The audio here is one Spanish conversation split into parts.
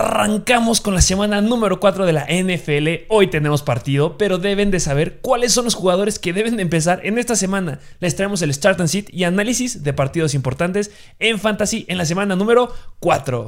Arrancamos con la semana número 4 de la NFL. Hoy tenemos partido, pero deben de saber cuáles son los jugadores que deben de empezar en esta semana. Les traemos el Start and Sit y análisis de partidos importantes en Fantasy en la semana número 4.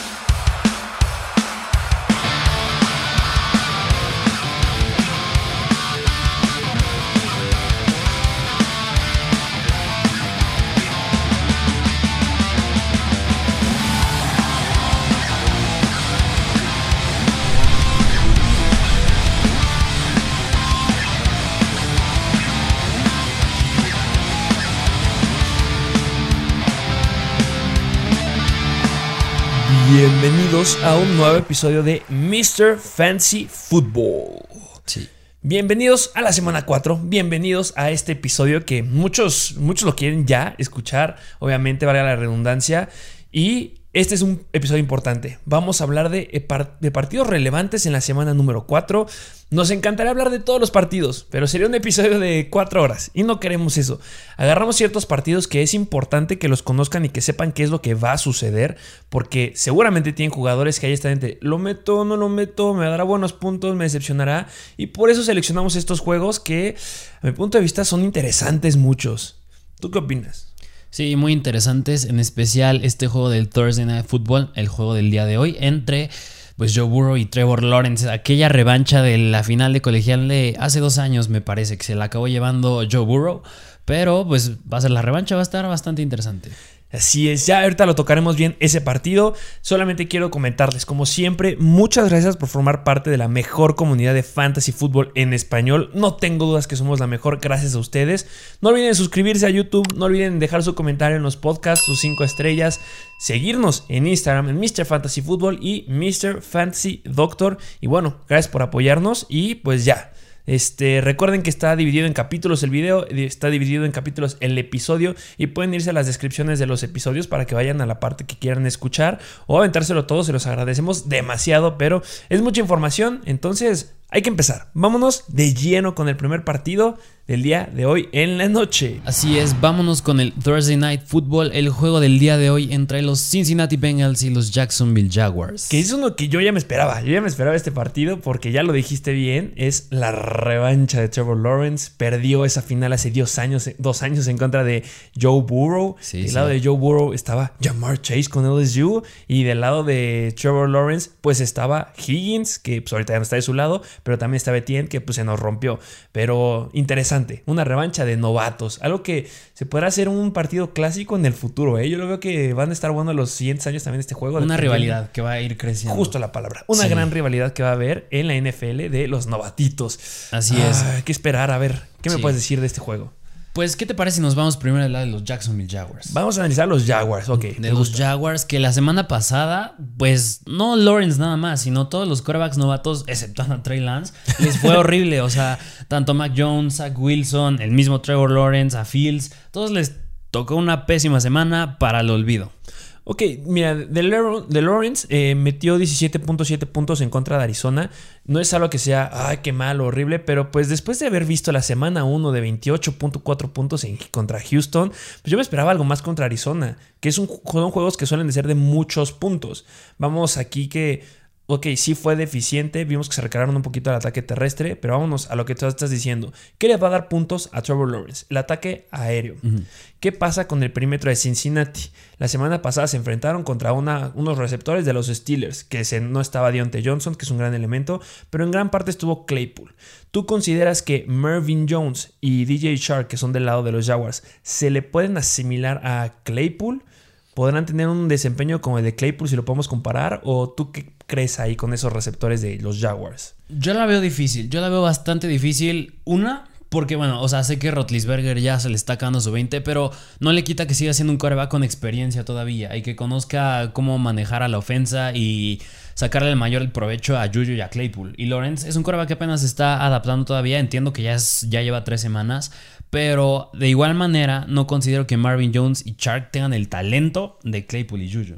Bienvenidos a un nuevo episodio de Mr. Fantasy Football. Sí. Bienvenidos a la semana 4. Bienvenidos a este episodio que muchos lo quieren ya escuchar. Obviamente, valga la redundancia. Y este es un episodio importante. Vamos a hablar de partidos relevantes en la semana número 4. Nos encantaría hablar de todos los partidos, pero sería un episodio de 4 horas y no queremos eso. Agarramos ciertos partidos que es importante que los conozcan y que sepan qué es lo que va a suceder, porque seguramente tienen jugadores que ahí están entre lo meto, no lo meto, me dará buenos puntos, me decepcionará, y por eso seleccionamos estos juegos que a mi punto de vista son interesantes muchos. ¿Tú qué opinas? Sí, muy interesantes, en especial este juego del Thursday Night Football, el juego del día de hoy, entre Joe Burrow y Trevor Lawrence, aquella revancha de la final de colegial de hace 2 años, me parece que se la acabó llevando Joe Burrow, pero pues va a ser la revancha, va a estar bastante interesante. Así es, ya ahorita lo tocaremos bien ese partido. Solamente quiero comentarles, como siempre, muchas gracias por formar parte de la mejor comunidad de Fantasy Football en español. No tengo dudas que somos la mejor gracias a ustedes. No olviden suscribirse a YouTube, no olviden dejar su comentario en los podcasts, sus 5 estrellas, seguirnos en Instagram en Mr. Fantasy Football y Mr. Fantasy Doctor. Y bueno, gracias por apoyarnos y pues ya. Recuerden que está dividido en capítulos el video, está dividido en capítulos el episodio y pueden irse a las descripciones de los episodios para que vayan a la parte que quieran escuchar o aventárselo todo, se los agradecemos demasiado, pero es mucha información, entonces hay que empezar. Vámonos de lleno con el primer partido del día de hoy en la noche. Así es, vámonos con el Thursday Night Football, el juego del día de hoy entre los Cincinnati Bengals y los Jacksonville Jaguars. Que es uno que yo ya me esperaba. Yo ya me esperaba este partido porque ya lo dijiste bien. Es la revancha de Trevor Lawrence. Perdió esa final hace 2 años en contra de Joe Burrow. Sí, del lado de Joe Burrow estaba Ja'Marr Chase con LSU. Y del lado de Trevor Lawrence pues estaba Higgins, que pues ahorita ya no está de su lado. Pero también estaba Etienne, que pues se nos rompió. Pero interesante. Una revancha de novatos. Algo que se podrá hacer un partido clásico en el futuro. Yo lo veo que van a estar bueno los siguientes años también este juego. Una rivalidad que va a ir creciendo. Justo la palabra. Una gran rivalidad que va a haber en la NFL de los novatitos. Así es. Hay que esperar. A ver, ¿qué me puedes decir de este juego? Pues, ¿qué te parece si nos vamos primero al lado de los Jacksonville Jaguars? Vamos a analizar los Jaguars, ok. De los Jaguars, que la semana pasada, pues, no Lawrence nada más, sino todos los quarterbacks novatos, exceptuando a Trey Lance, les fue horrible. O sea, tanto Mac Jones, Zach Wilson, el mismo Trevor Lawrence, a Fields, todos les tocó una pésima semana para el olvido. Ok, mira, de Lawrence metió 17.7 puntos en contra de Arizona. No es algo que sea, ay, qué malo, horrible, pero pues después de haber visto la semana 1 de 28.4 puntos contra Houston, pues yo me esperaba algo más contra Arizona, que son juegos que suelen de ser de muchos puntos. Vamos aquí que... Ok, sí fue deficiente, vimos que se recargaron un poquito al ataque terrestre, pero vámonos a lo que tú estás diciendo. ¿Qué le va a dar puntos a Trevor Lawrence? El ataque aéreo. Uh-huh. ¿Qué pasa con el perímetro de Cincinnati? La semana pasada se enfrentaron contra unos receptores de los Steelers, que no estaba Diontae Johnson, que es un gran elemento, pero en gran parte estuvo Claypool. ¿Tú consideras que Marvin Jones y DJ Chark, que son del lado de los Jaguars, se le pueden asimilar a Claypool? ¿Podrán tener un desempeño como el de Claypool si lo podemos comparar? ¿O tú qué crees ahí con esos receptores de los Jaguars? Yo la veo difícil, yo la veo bastante difícil. Porque bueno, o sea, sé que Roethlisberger ya se le está acabando su 20, pero no le quita que siga siendo un quarterback con experiencia todavía y que conozca cómo manejar a la ofensa y sacarle el mayor provecho a Juju y a Claypool. Y Lawrence es un quarterback que apenas se está adaptando todavía, entiendo que ya lleva 3 semanas, pero de igual manera no considero que Marvin Jones y Chark tengan el talento de Claypool y Juju.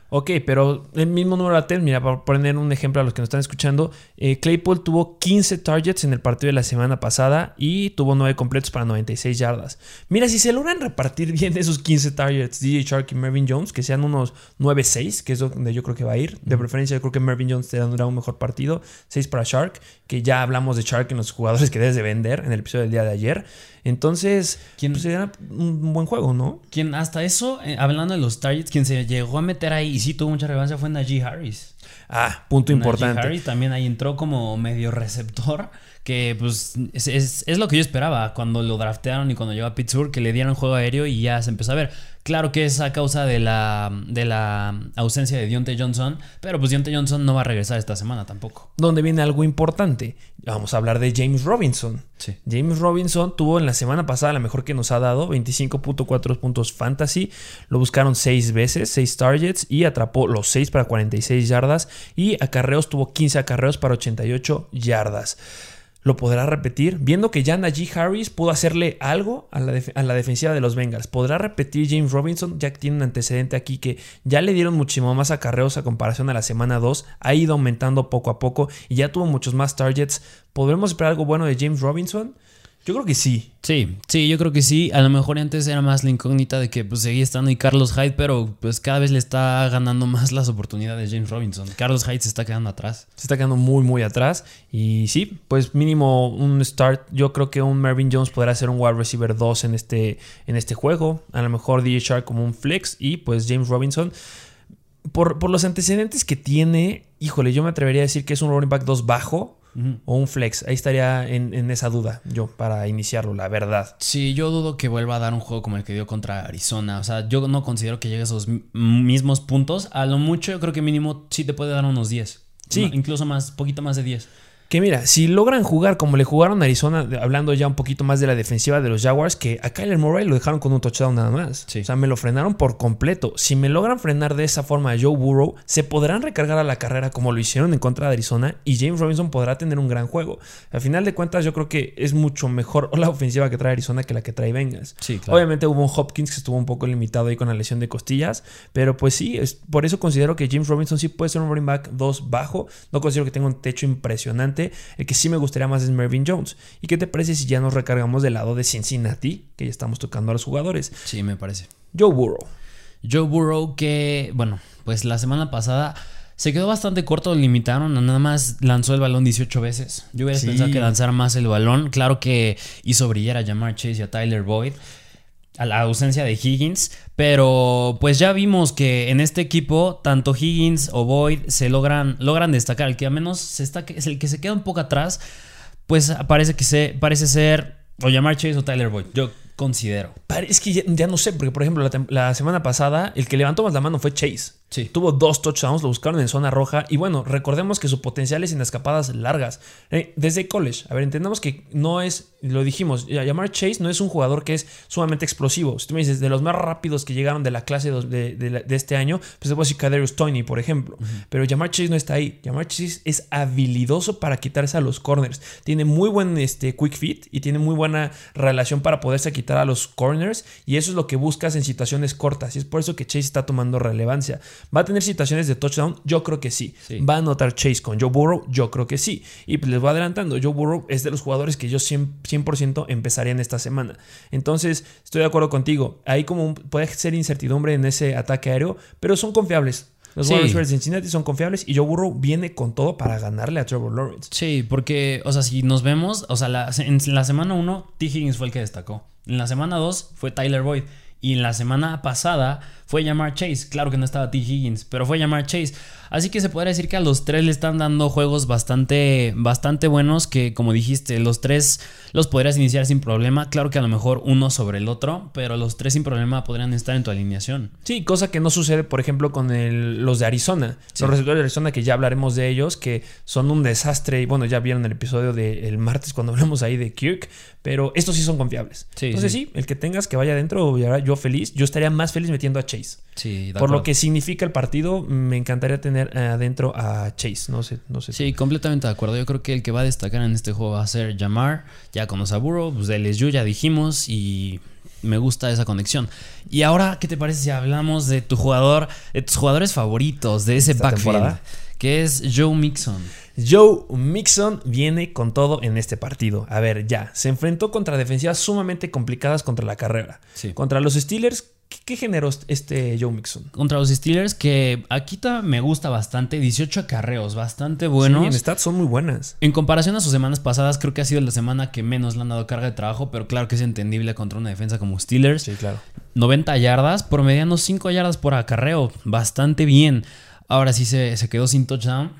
Ok, pero el mismo número de attempts, mira, para poner un ejemplo a los que nos están escuchando, Claypool tuvo 15 targets en el partido de la semana pasada y tuvo 9 completos para 96 yardas. Mira, si se logran repartir bien esos 15 targets, DJ Shark y Marvin Jones, que sean unos 9-6, que es donde yo creo que va a ir. De preferencia, yo creo que Marvin Jones te dará un mejor partido. 6 para Shark, que ya hablamos de Shark en los jugadores que debes de vender en el episodio del día de ayer. Entonces, pues sería un buen juego, ¿no? Quien hasta eso, hablando de los targets, quien se llegó a meter ahí y sí tuvo mucha relevancia fue Najee Harris. Punto importante. Najee Harris también ahí entró como medio receptor, que pues es lo que yo esperaba cuando lo draftearon y cuando llegó a Pittsburgh, que le dieran juego aéreo y ya se empezó a ver. Claro que es a causa de la ausencia de Diontae Johnson, pero pues Diontae Johnson no va a regresar esta semana tampoco. Donde viene algo importante. Vamos a hablar de James Robinson. Sí. James Robinson tuvo en la semana pasada la mejor que nos ha dado, 25.4 puntos fantasy. Lo buscaron 6 veces, 6 targets y atrapó los 6 para 46 yardas. Y acarreos tuvo 15 acarreos para 88 yardas. ¿Lo podrá repetir? Viendo que ya Najee Harris pudo hacerle algo a la defensiva de los Bengals. ¿Podrá repetir James Robinson? Ya que tiene un antecedente aquí que ya le dieron muchísimo más acarreos a comparación a la semana 2. Ha ido aumentando poco a poco y ya tuvo muchos más targets. ¿Podremos esperar algo bueno de James Robinson? Yo creo que sí. Sí, yo creo que sí. A lo mejor antes era más la incógnita de que pues seguía estando ahí Carlos Hyde, pero pues cada vez le está ganando más las oportunidades James Robinson. Carlos Hyde se está quedando atrás. Se está quedando muy, muy atrás. Y sí, pues mínimo un start. Yo creo que un Marvin Jones podrá ser un wide receiver 2 en este juego. A lo mejor DJ Shark como un flex y pues James Robinson. Por los antecedentes que tiene, híjole, yo me atrevería a decir que es un running back 2 bajo. O un flex. Ahí estaría en esa duda yo para iniciarlo, la verdad. Sí, yo dudo que vuelva a dar un juego como el que dio contra Arizona. O sea, yo no considero que llegue a esos mismos puntos. A lo mucho yo creo que mínimo sí te puede dar unos 10. Sí. No, incluso más, poquito más de 10. Que mira, si logran jugar como le jugaron a Arizona, hablando ya un poquito más de la defensiva de los Jaguars, que a Kyler Murray lo dejaron con un touchdown nada más. Sí. O sea, me lo frenaron por completo. Si me logran frenar de esa forma a Joe Burrow, se podrán recargar a la carrera como lo hicieron en contra de Arizona y James Robinson podrá tener un gran juego. Al final de cuentas, yo creo que es mucho mejor la ofensiva que trae Arizona que la que trae Bengals. Sí, claro. Obviamente hubo un Hopkins que estuvo un poco limitado ahí con la lesión de costillas, pero pues sí, por eso considero que James Robinson sí puede ser un running back 2 bajo. No considero que tenga un techo impresionante. El que sí me gustaría más es Marvin Jones. ¿Y qué te parece si ya nos recargamos del lado de Cincinnati? Que ya estamos tocando a los jugadores. Sí, me parece. Joe Burrow que, bueno, pues la semana pasada se quedó bastante corto, lo limitaron, nada más lanzó el balón 18 veces. Yo hubiera pensado que lanzara más el balón. Claro que hizo brillar a Ja'Marr Chase y a Tyler Boyd, a la ausencia de Higgins, pero pues ya vimos que en este equipo tanto Higgins o Boyd se logran destacar. El que al menos es el que se queda un poco atrás, pues parece ser o Ja'Marr Chase o Tyler Boyd. Yo considero. Es que ya no sé, porque por ejemplo la semana pasada el que levantó más la mano fue Chase. Sí. Tuvo 2 touchdowns, lo buscaron en zona roja. Y bueno, recordemos que su potencial es en escapadas largas. Desde college, a ver, entendamos que no es, lo dijimos, Ja'Marr Chase no es un jugador que es sumamente explosivo. Si tú me dices, de los más rápidos que llegaron de la clase de este año, pues te puedo decir Kadarius Toney, por ejemplo. Pero Ja'Marr Chase no está ahí. Ja'Marr Chase es habilidoso para quitarse a los corners. Tiene muy buen quick fit y tiene muy buena relación para poderse quitar a los corners. Y eso es lo que buscas en situaciones cortas. Y es por eso que Chase está tomando relevancia. ¿Va a tener situaciones de touchdown? Yo creo que sí. ¿Va a anotar Chase con Joe Burrow? Yo creo que sí. Y pues les voy adelantando. Joe Burrow es de los jugadores que yo 100% empezaría en esta semana. Entonces, estoy de acuerdo contigo. Ahí como puede ser incertidumbre en ese ataque aéreo, pero son confiables. Los wide receivers de Cincinnati son confiables y Joe Burrow viene con todo para ganarle a Trevor Lawrence. Sí, porque, o sea, si nos vemos, o sea, en la semana 1, T. Higgins fue el que destacó. En la semana 2 fue Tyler Boyd. Y en la semana pasada fue Ja'Marr Chase. Claro que no estaba T. Higgins, pero fue Ja'Marr Chase. Así que se podría decir que a los tres le están dando juegos bastante buenos, que como dijiste, los tres los podrías iniciar sin problema. Claro que a lo mejor uno sobre el otro, pero los tres sin problema podrían estar en tu alineación. Sí, cosa que no sucede, por ejemplo, con los de Arizona. Sí. Los receptores de Arizona, que ya hablaremos de ellos, que son un desastre. Y bueno, ya vieron el episodio del martes cuando hablamos ahí de Kirk, pero estos sí son confiables. Sí, entonces sí, el que tengas que vaya adentro, yo feliz. Yo estaría más feliz metiendo a Chase. Sí, por lo que significa el partido, me encantaría tener adentro a Chase. No sé. Sí, completamente de acuerdo. Yo creo que el que va a destacar en este juego va a ser Ja'Marr. Ya conoce a Burrow, pues de LSU ya dijimos. Y me gusta esa conexión. Y ahora, ¿qué te parece si hablamos de tus jugadores favoritos de ese backfield? Temporada, que es Joe Mixon. Joe Mixon viene con todo en este partido. A ver, ya, se enfrentó contra defensivas sumamente complicadas contra la carrera. Sí. Contra los Steelers, ¿qué generó Joe Mixon? Contra los Steelers, que aquí me gusta bastante. 18 acarreos, bastante buenos. Sí, en stats son muy buenas. En comparación a sus semanas pasadas, creo que ha sido la semana que menos le han dado carga de trabajo, pero claro que es entendible contra una defensa como Steelers. Sí, claro. 90 yardas, promediando 5 yardas por acarreo. Bastante bien. Ahora sí se quedó sin touchdown.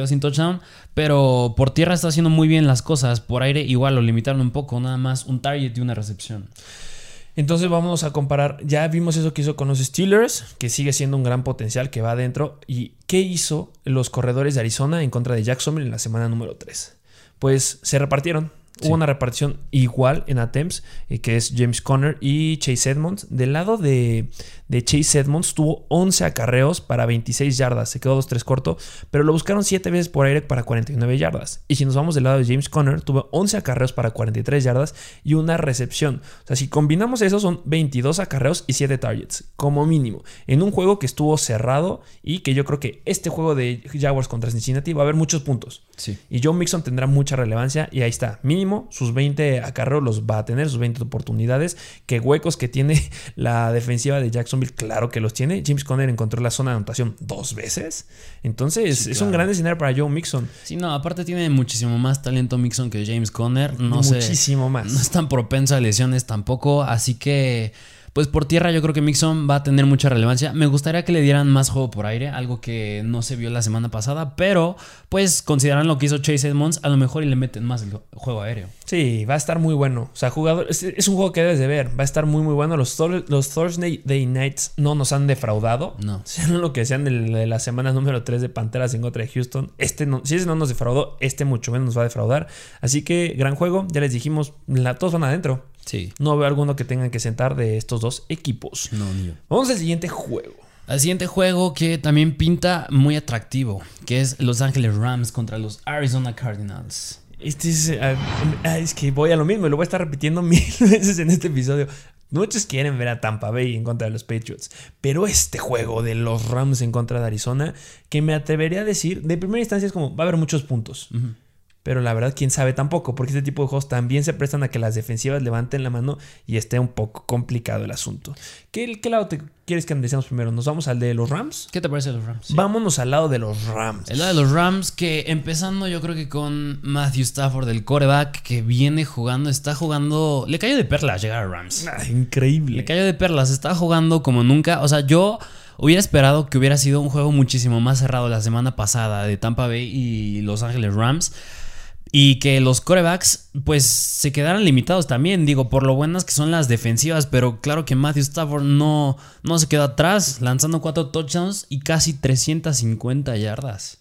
Pero por tierra está haciendo muy bien las cosas. Por aire igual lo limitaron un poco, nada más un target y una recepción. Entonces vamos a comparar. Ya vimos eso que hizo con los Steelers, que sigue siendo un gran potencial que va adentro. ¿Y qué hizo los corredores de Arizona en contra de Jacksonville en la semana número 3? Pues se repartieron. Sí. Hubo una repartición igual en attempts, que es James Conner y Chase Edmonds. Del lado de Chase Edmonds tuvo 11 acarreos para 26 yardas. Se quedó 2-3 corto, pero lo buscaron 7 veces por aire para 49 yardas. Y si nos vamos del lado de James Conner, tuvo 11 acarreos para 43 yardas y una recepción. O sea, si combinamos eso, son 22 acarreos y 7 targets, como mínimo. En un juego que estuvo cerrado y que yo creo que este juego de Jaguars contra Cincinnati va a haber muchos puntos. Sí. Y Joe Mixon tendrá mucha relevancia y ahí está. Mínimo sus 20 acarreos los va a tener, sus 20 oportunidades. Que huecos que tiene la defensiva de Jacksonville, claro que los tiene. James Conner encontró la zona de anotación 2 veces. Entonces sí, es claro. Un gran escenario para Joe Mixon. Sí, no, aparte tiene muchísimo más talento Mixon que James Conner. Muchísimo más. No es tan propenso a lesiones tampoco, así que pues por tierra yo creo que Mixon va a tener mucha relevancia. Me gustaría que le dieran más juego por aire, algo que no se vio la semana pasada, pero pues consideran lo que hizo Chase Edmonds, a lo mejor y le meten más el juego aéreo. Sí, va a estar muy bueno. O sea, es un juego que debes de ver. Va a estar muy muy bueno. Los Thursday Nights no nos han defraudado. No. Sean lo que sean de la semana número 3 de Panteras en contra de Houston. Si ese no nos defraudó, mucho menos nos va a defraudar. Así que gran juego. Ya les dijimos, todos van adentro. Sí. No veo alguno que tengan que sentar de estos dos equipos. No, ni yo. Vamos al siguiente juego. Al siguiente juego que también pinta muy atractivo, que es Los Ángeles Rams contra los Arizona Cardinals. Es que voy a lo mismo y lo voy a estar repitiendo 1000 veces en este episodio. Muchos quieren ver a Tampa Bay en contra de los Patriots, pero este juego de los Rams en contra de Arizona, que me atrevería a decir, de primera instancia es como, va a haber muchos puntos. Uh-huh. Pero la verdad, quién sabe tampoco, porque este tipo de juegos también se prestan a que las defensivas levanten la mano y esté un poco complicado el asunto. ¿Qué lado quieres que analicemos primero? ¿Nos vamos al de los Rams? ¿Qué te parece de los Rams? Sí. Vámonos al lado de los Rams. El lado de los Rams, que empezando yo creo que con Matthew Stafford, el quarterback, que viene jugando, está jugando... Le cayó de perlas llegar a Rams. Increíble. Le cayó de perlas, está jugando como nunca. O sea, yo hubiera esperado que hubiera sido un juego muchísimo más cerrado la semana pasada de Tampa Bay y Los Ángeles Rams. Y que los quarterbacks pues se quedaran limitados también, digo, por lo buenas que son las defensivas, pero claro que Matthew Stafford no se quedó atrás, lanzando 4 touchdowns y casi 350 yardas.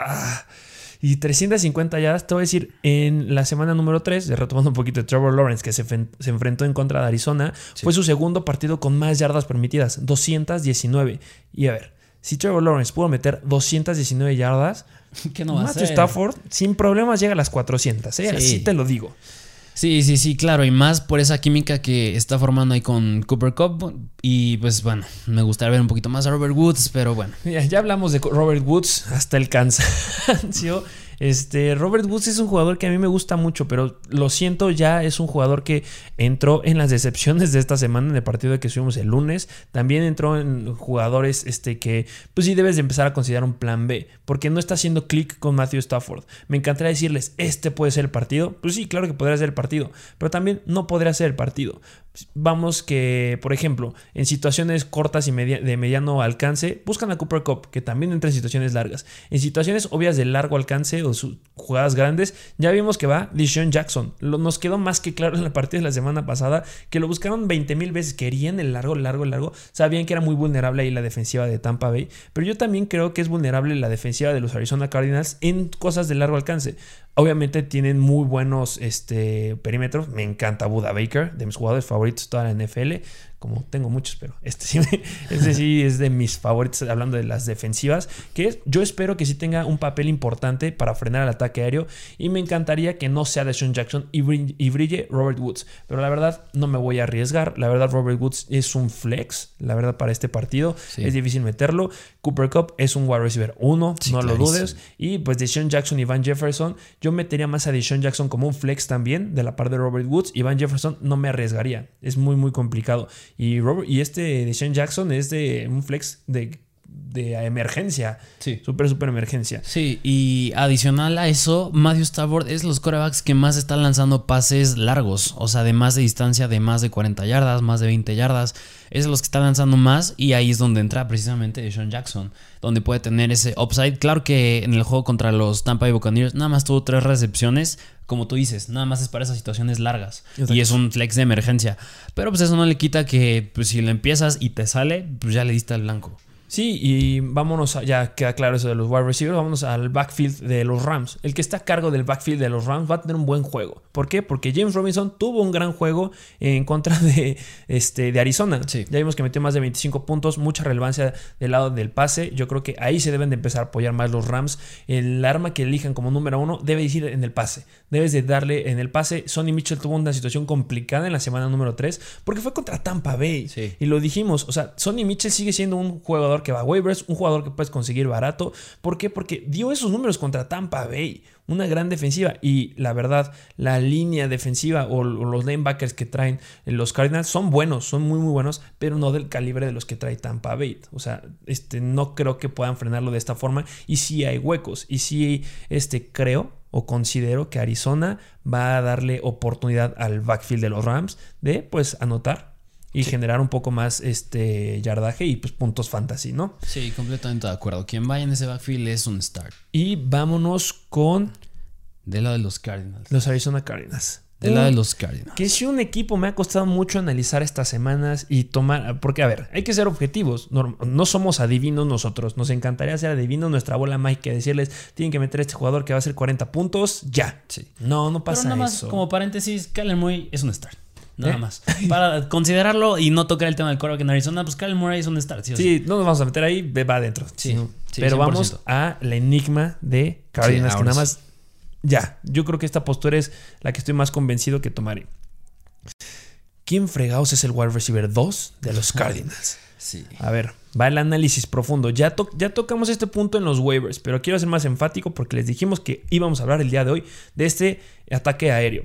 Y 350 yardas, te voy a decir, en la semana número 3, retomando un poquito de Trevor Lawrence, que se enfrentó en contra de Arizona, sí. Fue su segundo partido con más yardas permitidas, 219. Y a ver, si Trevor Lawrence pudo meter 219 yardas... ¿Qué no va a hacer? Matthew Stafford sin problemas llega a las 400, ¿eh? Sí. Así te lo digo. Sí, claro, y más por esa química que está formando ahí con Cooper Kupp. Y pues bueno, me gustaría ver un poquito más a Robert Woods, pero bueno. Ya hablamos de Robert Woods hasta el cansancio. Robert Woods es un jugador que a mí me gusta mucho, pero lo siento, ya es un jugador que entró en las decepciones de esta semana en el partido que subimos el lunes. También entró en jugadores que pues sí debes de empezar a considerar un plan B, porque no está haciendo clic con Matthew Stafford. Me encantaría decirles, puede ser el partido. Pues sí, claro que podría ser el partido, pero también no podría ser el partido. Vamos que, por ejemplo, en situaciones cortas y de mediano alcance, buscan a Cooper Kupp, que también entra en situaciones largas. En situaciones obvias de largo alcance o jugadas grandes, ya vimos que va DeSean Jackson. Nos quedó más que claro en la partida de la semana pasada que lo buscaron 20,000 veces. Querían el largo. Sabían que era muy vulnerable ahí la defensiva de Tampa Bay, pero yo también creo que es vulnerable la defensiva de los Arizona Cardinals en cosas de largo alcance. Obviamente tienen muy buenos perímetros. Me encanta Buda Baker, de mis jugadores favoritos de toda la NFL. como tengo muchos, pero este sí es de mis favoritos, hablando de las defensivas, que yo espero que sí tenga un papel importante para frenar el ataque aéreo, y me encantaría que no sea DeSean Jackson y brille Robert Woods, pero la verdad no me voy a arriesgar. La verdad, Robert Woods es un flex, la verdad, para este partido. Sí. Es difícil meterlo. Cooper Kupp es un wide receiver 1, sí, no clarísimo. Lo dudes. Y pues DeSean Jackson y Van Jefferson, yo metería más a DeSean Jackson como un flex también, de la parte de Robert Woods, y Van Jefferson no me arriesgaría. Es muy, muy complicado. Y DeSean Jackson es de un flex de emergencia. Sí. Súper emergencia. Sí, y adicional a eso, Matthew Stafford es los quarterbacks que más están lanzando pases largos, o sea, de más de distancia, de más de 40 yardas, más de 20 yardas. Es los que están lanzando más, y ahí es donde entra precisamente DeSean Jackson, donde puede tener ese upside. Claro que en el juego contra los Tampa Bay Buccaneers nada más tuvo 3 recepciones, como tú dices, nada más es para esas situaciones largas. Exacto. Y es un flex de emergencia. Pero pues eso no le quita que pues, si lo empiezas y te sale, pues ya le diste al blanco. Sí, y vámonos, ya queda claro eso de los wide receivers, vámonos al backfield de los Rams. El que está a cargo del backfield de los Rams va a tener un buen juego. ¿Por qué? Porque James Robinson tuvo un gran juego en contra de Arizona. Sí. Ya vimos que metió más de 25 puntos, mucha relevancia del lado del pase. Yo creo que ahí se deben de empezar a apoyar más los Rams. El arma que elijan como número 1 debe ir en el pase. Debes de darle en el pase. Sonny Mitchell tuvo una situación complicada en la semana número 3 porque fue contra Tampa Bay. Sí. Y lo dijimos, o sea, Sonny Mitchell sigue siendo un jugador que va a waivers, un jugador que puedes conseguir barato. ¿Por qué? Porque dio esos números contra Tampa Bay, una gran defensiva, y la verdad, la línea defensiva o los linebackers que traen los Cardinals son buenos, son muy muy buenos, pero no del calibre de los que trae Tampa Bay. O sea, no creo que puedan frenarlo de esta forma, y sí hay huecos, y sí creo o considero que Arizona va a darle oportunidad al backfield de los Rams de pues anotar y sí, generar un poco más yardaje y pues puntos fantasy, ¿no? Sí, completamente de acuerdo. Quien vaya en ese backfield es un start. Y vámonos con del lado de los Cardinals. Los Arizona Cardinals. Del lado de los Cardinals. Que si un equipo me ha costado mucho analizar estas semanas y tomar... Porque, a ver, hay que ser objetivos. No somos adivinos nosotros. Nos encantaría ser adivinos. Nuestra bola mágica, decirles, tienen que meter a este jugador que va a hacer 40 puntos. Ya. Sí. No pasa eso. Pero nada más, como paréntesis, Kyler Murray es un start. Nada más. Para considerarlo y no tocar el tema del quarterback en Arizona, pues Kyler Murray es un start. Sí, no nos vamos a meter ahí, va adentro. Sí, pero 100%. Vamos a la enigma de Cardinals, que nada más... Ya, yo creo que esta postura es la que estoy más convencido que tomaré. ¿Quién fregados es el wide receiver 2 de los Cardinals? Sí. A ver, va el análisis profundo. Ya tocamos este punto en los waivers, pero quiero ser más enfático porque les dijimos que íbamos a hablar el día de hoy de este ataque aéreo.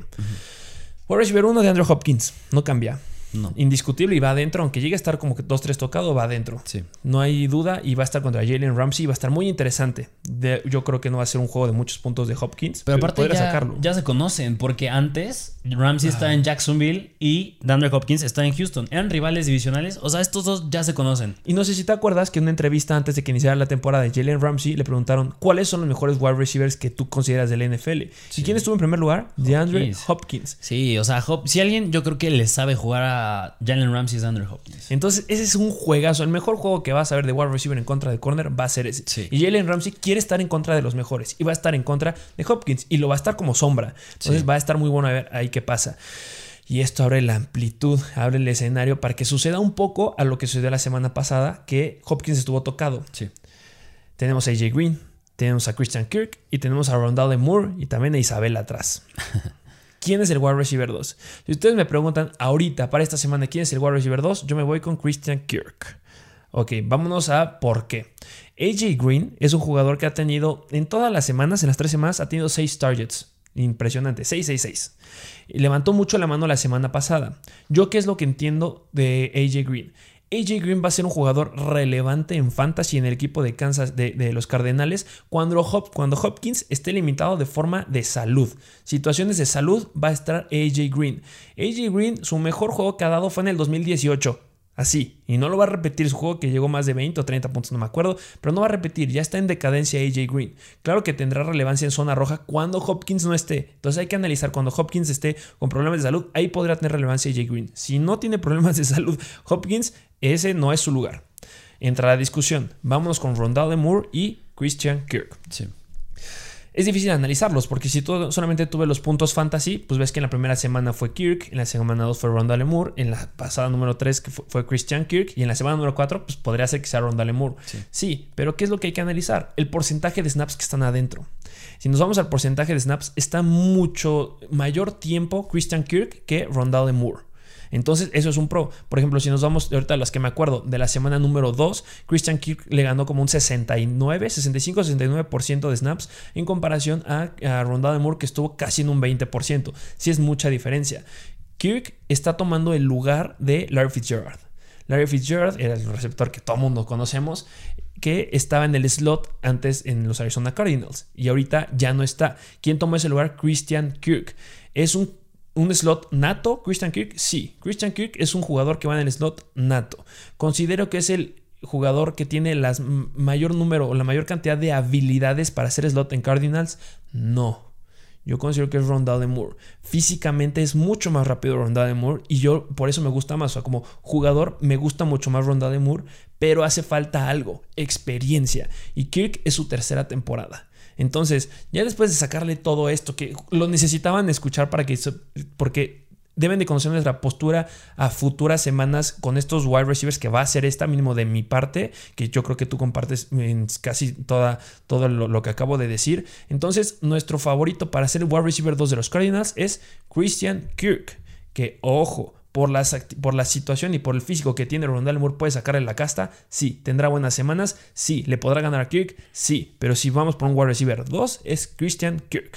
Wide receiver 1 de Andrew Hopkins, no cambia. No. Indiscutible, y va adentro, aunque llegue a estar como que 2-3 tocado, va adentro. Sí. No hay duda, y va a estar contra Jalen Ramsey, va a estar muy interesante. Yo creo que no va a ser un juego de muchos puntos de Hopkins, pero aparte ya se conocen, porque antes Ramsey está en Jacksonville y DeAndre Hopkins está en Houston. Eran rivales divisionales, o sea, estos dos ya se conocen. Y no sé si te acuerdas que en una entrevista antes de que iniciara la temporada de Jalen Ramsey le preguntaron cuáles son los mejores wide receivers que tú consideras del NFL. Sí. ¿Y quién estuvo en primer lugar? DeAndre Hopkins. Sí, o sea, si alguien yo creo que le sabe jugar a Jalen Ramsey es Andrew Hopkins. Entonces ese es un juegazo. El mejor juego que vas a ver de wide receiver en contra de corner va a ser ese. Sí. Y Jalen Ramsey quiere estar en contra de los mejores y va a estar en contra de Hopkins, y lo va a estar como sombra. Entonces va a estar muy bueno a ver ahí qué pasa. Y esto abre la amplitud, abre el escenario para que suceda un poco a lo que sucedió la semana pasada, que Hopkins estuvo tocado. Sí. Tenemos a AJ Green, tenemos a Christian Kirk y tenemos a Rondale Moore y también a Isabel atrás. ¿Quién es el wide receiver 2? Si ustedes me preguntan ahorita, para esta semana, ¿quién es el wide receiver 2? Yo me voy con Christian Kirk. Ok, vámonos a por qué. AJ Green es un jugador que ha tenido, en todas las semanas, en las 3 semanas, ha tenido 6 targets. Impresionante, 6. Y levantó mucho la mano la semana pasada. ¿Yo qué es lo que entiendo de AJ Green? AJ Green va a ser un jugador relevante en fantasy en el equipo de Kansas de los Cardenales cuando Hopkins esté limitado de forma de salud. Situaciones de salud va a estar AJ Green. AJ Green, su mejor juego que ha dado fue en el 2018. Así, y no lo va a repetir. Su juego que llegó más de 20 o 30 puntos, no me acuerdo, pero no va a repetir, ya está en decadencia AJ Green. Claro que tendrá relevancia en zona roja cuando Hopkins no esté. Entonces hay que analizar cuando Hopkins esté con problemas de salud, ahí podrá tener relevancia AJ Green. Si no tiene problemas de salud Hopkins, ese no es su lugar. Entra la discusión. Vámonos con Rondale Moore y Christian Kirk. Sí. es difícil analizarlos, porque si tú solamente tuve los puntos fantasy, pues ves que en la primera semana fue Kirk, en la semana 2 fue Rondale Moore, en la pasada número 3 que fue Christian Kirk, y en la semana número 4 pues podría ser que sea Rondale Moore. Sí, pero ¿qué es lo que hay que analizar? El porcentaje de snaps que están adentro. Si nos vamos al porcentaje de snaps, está mucho mayor tiempo Christian Kirk que Rondale Moore. Entonces eso es un pro. Por ejemplo, si nos vamos ahorita a las que me acuerdo de la semana número 2, Christian Kirk le ganó como un 65-69% de snaps en comparación a Rondale Moore, que estuvo casi en un 20%. Sí es mucha diferencia. Kirk está tomando el lugar de Larry Fitzgerald. Larry Fitzgerald era el receptor que todo mundo conocemos, que estaba en el slot antes en los Arizona Cardinals y ahorita ya no está. ¿Quién tomó ese lugar? Christian Kirk. ¿Es un slot nato Christian Kirk? Sí, Christian Kirk es un jugador que va en el slot nato. Considero que es el jugador que tiene la mayor cantidad de habilidades para hacer slot en Cardinals. No. Yo considero que es Rondale Moore. Físicamente es mucho más rápido Rondale Moore y yo por eso me gusta más. O sea, como jugador me gusta mucho más Rondale Moore, pero hace falta algo, experiencia. Y Kirk es su tercera temporada. Entonces, ya después de sacarle todo esto, que lo necesitaban escuchar porque deben de conocer nuestra postura a futuras semanas con estos wide receivers, que va a ser esta mínimo de mi parte, que yo creo que tú compartes en casi todo lo que acabo de decir. Entonces, nuestro favorito para ser el wide receiver 2 de los Cardinals es Christian Kirk, que ojo, por la situación y por el físico que tiene Rondale Moore, puede sacarle la casta. Sí, tendrá buenas semanas. Sí, le podrá ganar a Kirk. Sí, pero si vamos por un wide receiver 2 es Christian Kirk.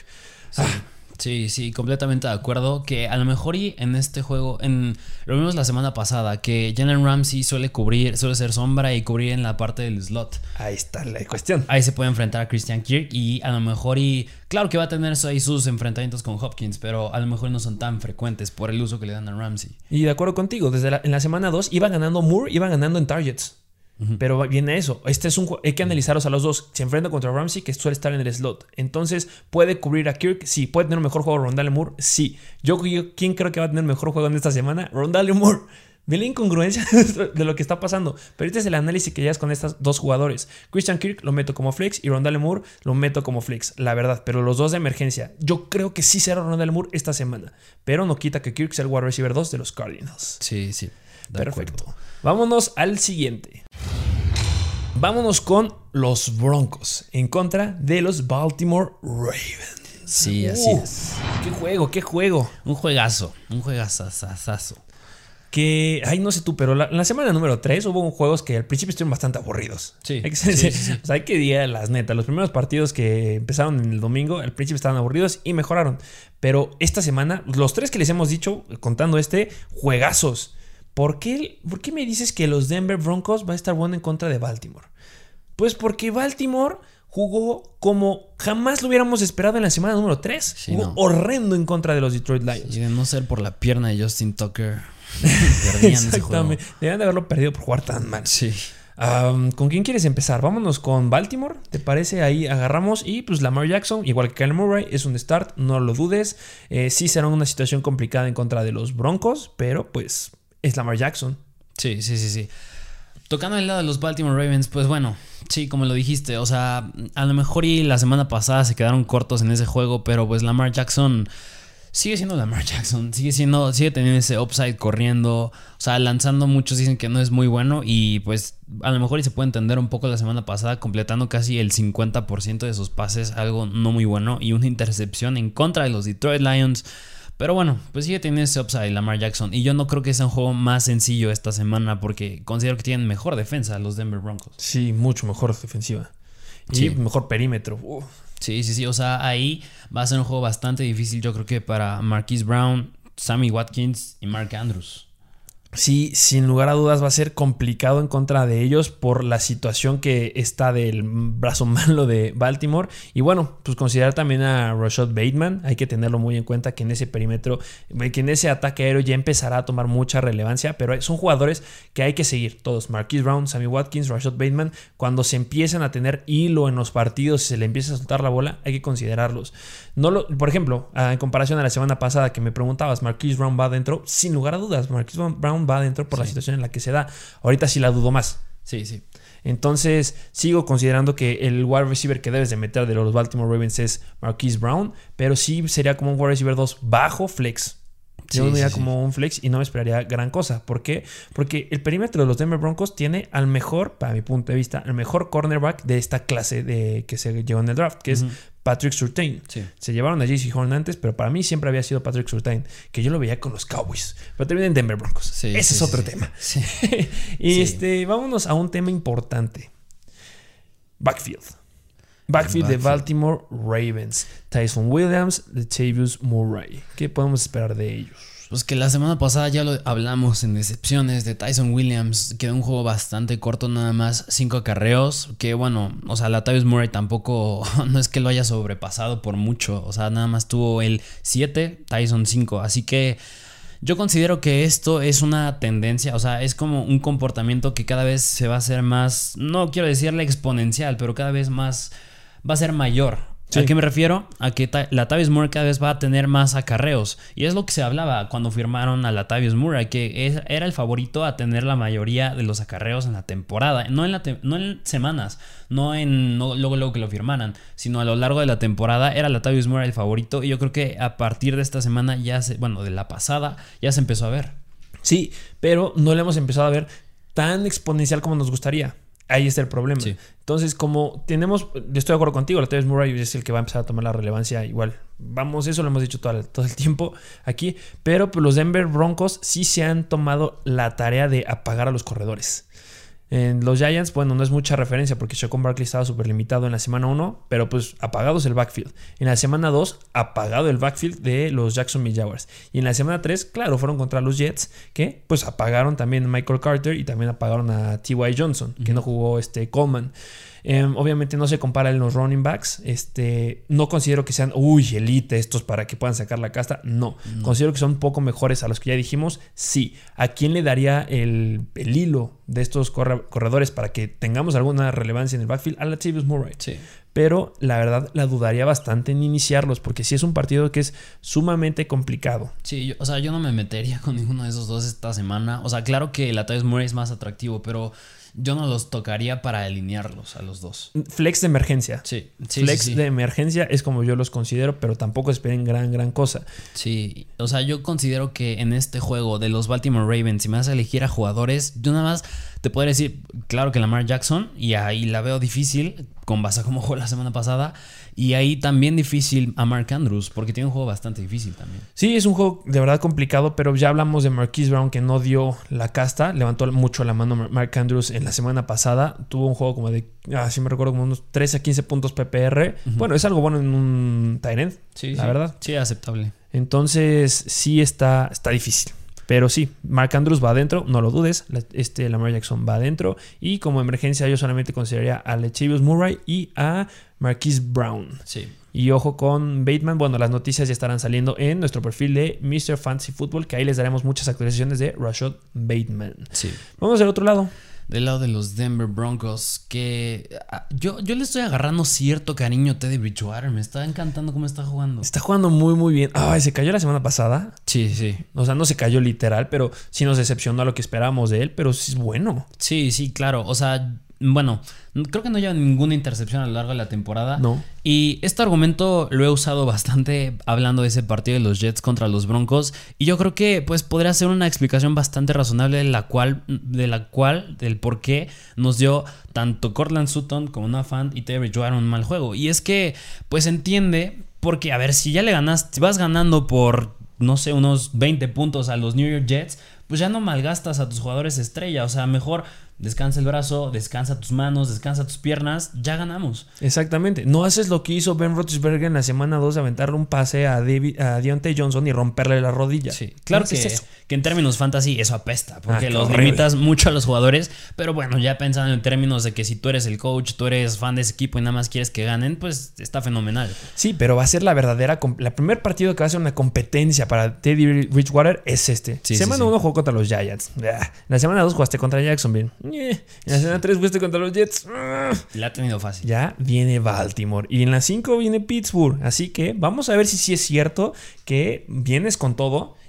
Sí, completamente de acuerdo. Que a lo mejor y en este juego, lo vimos la semana pasada, que Jalen Ramsey suele ser sombra y cubrir en la parte del slot. Ahí está la cuestión. Ahí se puede enfrentar a Christian Kirk y a lo mejor claro que va a tener ahí sus enfrentamientos con Hopkins, pero a lo mejor no son tan frecuentes por el uso que le dan a Ramsey. Y de acuerdo contigo, en la semana 2 iba ganando Moore, iba ganando en targets. Pero viene eso. Hay que analizarlos a los dos. Se enfrenta contra Ramsey, que suele estar en el slot. Entonces, ¿puede cubrir a Kirk? Sí. ¿Puede tener un mejor juego Rondale Moore? Sí. ¿Quién creo que va a tener mejor juego en esta semana? Rondale Moore. Ve la incongruencia de lo que está pasando. Pero este es el análisis que llevas con estos dos jugadores. Christian Kirk lo meto como flex y Rondale Moore lo meto como flex, la verdad. Pero los dos de emergencia. Yo creo que sí será Rondale Moore esta semana. Pero no quita que Kirk sea el wide receiver 2 de los Cardinals. Sí. Perfecto. Vámonos al siguiente. Vámonos con los Broncos en contra de los Baltimore Ravens. Sí, así es. Qué juego. Un juegazazazazo. Que, no sé tú, pero la semana número 3 hubo juegos que al principio estuvieron bastante aburridos. Sí. O sea, hay que decir las netas. Los primeros partidos que empezaron en el domingo, al principio estaban aburridos y mejoraron. Pero esta semana, los 3 que les hemos dicho, contando juegazos. ¿Por qué me dices que los Denver Broncos va a estar bueno en contra de Baltimore? Pues porque Baltimore jugó como jamás lo hubiéramos esperado en la semana número 3. Sí, jugó horrendo en contra de los Detroit Lions. Y de no ser por la pierna de Justin Tucker, perdían ese juego. Deberían de haberlo perdido por jugar tan mal. Sí. ¿Con quién quieres empezar? Vámonos con Baltimore, ¿te parece? Ahí agarramos y pues Lamar Jackson, igual que Kyler Murray, es un start, no lo dudes. Sí será una situación complicada en contra de los Broncos, pero pues es Lamar Jackson. Sí. Tocando el lado de los Baltimore Ravens, pues bueno, sí, como lo dijiste, o sea, a lo mejor y la semana pasada se quedaron cortos en ese juego, pero pues Lamar Jackson sigue siendo Lamar Jackson, sigue teniendo ese upside corriendo, o sea, lanzando. Muchos dicen que no es muy bueno y pues a lo mejor y se puede entender un poco la semana pasada, completando casi el 50% de sus pases, algo no muy bueno, y una intercepción en contra de los Detroit Lions. Pero bueno, pues sigue teniendo ese upside Lamar Jackson. Y yo no creo que sea un juego más sencillo esta semana, porque considero que tienen mejor defensa los Denver Broncos. Sí, mucho mejor defensiva. Y sí, mejor perímetro. Sí. O sea, ahí va a ser un juego bastante difícil, yo creo que para Marquise Brown, Sammy Watkins y Mark Andrews. Sí, sin lugar a dudas va a ser complicado en contra de ellos por la situación que está del brazo malo de Baltimore. Y bueno, pues considerar también a Rashad Bateman. Hay que tenerlo muy en cuenta que en ese perímetro, que en ese ataque aéreo ya empezará a tomar mucha relevancia. Pero son jugadores que hay que seguir todos. Marquise Brown, Sammy Watkins, Rashad Bateman. Cuando se empiezan a tener hilo en los partidos y se le empieza a soltar la bola, hay que considerarlos. Por ejemplo, en comparación a la semana pasada que me preguntabas, Marquise Brown va adentro. Sin lugar a dudas, Marquise Brown va adentro por la situación en la que se da. Ahorita sí la dudo más. Sí. Entonces, sigo considerando que el wide receiver que debes de meter de los Baltimore Ravens es Marquise Brown, pero sí sería como un wide receiver 2 bajo flex. Yo me diría como un flex y no me esperaría gran cosa. ¿Por qué? Porque el perímetro de los Denver Broncos tiene al mejor, para mi punto de vista, el mejor cornerback de esta clase que se llevó en el draft, que es Patrick Surtain. Sí. Se llevaron a J.C. Horn antes, pero para mí siempre había sido Patrick Surtain, que yo lo veía con los Cowboys, pero termina en Denver Broncos. Sí, Ese es otro tema. Sí. Y vámonos a un tema importante. Backfield de Baltimore Ravens. Tyson Williams, Latavius Murray. ¿Qué podemos esperar de ellos? Pues que la semana pasada ya lo hablamos en decepciones de Tyson Williams. Quedó un juego bastante corto, nada más 5 acarreos. Que bueno, o sea, Latavius Murray tampoco, no es que lo haya sobrepasado por mucho. O sea, nada más tuvo el 7, Tyson 5. Así que yo considero que esto es una tendencia, o sea, es como un comportamiento que cada vez se va a hacer más, no quiero decirle exponencial, pero cada vez más va a ser mayor. Sí. ¿A qué me refiero? A que Latavius Murray cada vez va a tener más acarreos. Y es lo que se hablaba cuando firmaron a Latavius Murray, que era el favorito a tener la mayoría de los acarreos en la temporada. No en semanas, no luego que lo firmaran, sino a lo largo de la temporada era Latavius Murray el favorito. Y yo creo que a partir de esta semana de la pasada, ya se empezó a ver. Sí, pero no lo hemos empezado a ver tan exponencial como nos gustaría. Ahí está el problema. Sí. Entonces, como yo estoy de acuerdo contigo, Latavius Murray es el que va a empezar a tomar la relevancia igual. Eso lo hemos dicho todo el tiempo aquí. Pero pues, los Denver Broncos sí se han tomado la tarea de apagar a los corredores. En los Giants, bueno, no es mucha referencia porque Saquon Barkley estaba súper limitado en la semana 1, pero pues apagados el backfield. En la semana 2, apagado el backfield de los Jacksonville Jaguars. Y en la semana 3, claro, fueron contra los Jets, que pues apagaron también a Michael Carter y también apagaron a T.Y. Johnson, que no jugó Coleman. Obviamente no se compara en los running backs. No considero que sean elite estos para que puedan sacar la casta. No. Considero que son un poco mejores a los que ya dijimos. Sí. ¿A quién le daría el hilo de estos corredores para que tengamos alguna relevancia en el backfield? A Latavius Murray. Sí. Pero la verdad la dudaría bastante en iniciarlos porque sí es un partido que es sumamente complicado. Sí, yo no me metería con ninguno de esos dos esta semana. O sea, claro que Latavius Murray es más atractivo, pero yo no los tocaría para alinearlos a los dos. Flex de emergencia. Sí. Flex de emergencia es como yo los considero, pero tampoco esperen gran cosa. Sí, o sea, yo considero que en este juego de los Baltimore Ravens, si me vas a elegir a jugadores, yo nada más te podría decir, claro que Lamar Jackson, y ahí la veo difícil, con base a cómo jugó la semana pasada, y ahí también difícil a Mark Andrews, porque tiene un juego bastante difícil también. Sí, es un juego de verdad complicado, pero ya hablamos de Marquise Brown que no dio la casta, levantó mucho la mano Mark Andrews en la semana pasada, tuvo un juego como de, si me recuerdo, como unos 13 a 15 puntos PPR. Bueno, es algo bueno en un tight end, la verdad. Sí, aceptable. Entonces, sí está difícil. Pero sí, Mark Andrews va adentro, no lo dudes. Lamar Jackson va adentro. Y como emergencia yo solamente consideraría a Latavius Murray y a Marquise Brown. Sí. Y ojo con Bateman. Bueno, las noticias ya estarán saliendo en nuestro perfil de Mr. Fantasy Football, que ahí les daremos muchas actualizaciones de Rashad Bateman. Sí. Vamos al otro lado. Del lado de los Denver Broncos, que yo le estoy agarrando cierto cariño a Teddy Bridgewater. Me está encantando cómo está jugando. Está jugando muy bien. Se cayó la semana pasada. Sí. O sea, no se cayó literal, pero sí nos decepcionó a lo que esperábamos de él, pero sí es bueno. Sí, claro. O sea, bueno, creo que no lleva ninguna intercepción a lo largo de la temporada. No. Y este argumento lo he usado bastante hablando de ese partido de los Jets contra los Broncos. Y yo creo que pues podría ser una explicación bastante razonable del por qué nos dio tanto Courtland Sutton como Noah Fant y Teddy Bridgewater un mal juego. Y es que pues entiende, porque a ver, si ya le ganaste, si vas ganando por, no sé, unos 20 puntos a los New York Jets, pues ya no malgastas a tus jugadores estrella. O sea, mejor descansa el brazo, descansa tus manos, descansa tus piernas, ya ganamos. Exactamente. No haces lo que hizo Ben Roethlisberger en la semana 2 de aventarle un pase a Deontay Johnson y romperle la rodilla. Sí, claro que en términos fantasy eso apesta, porque los limitas mucho a los jugadores, pero bueno, ya pensando en términos de que si tú eres el coach, tú eres fan de ese equipo y nada más quieres que ganen, pues está fenomenal. Sí, pero va a ser la primer partido que va a ser una competencia para Teddy Bridgewater es este. Semana 1 jugó contra los Giants. La semana 2 jugaste contra Jacksonville. En la semana 3 fuiste contra los Jets. La ha tenido fácil. Ya viene Baltimore. Y en la 5 viene Pittsburgh. Así que vamos a ver si sí es cierto que vienes con todo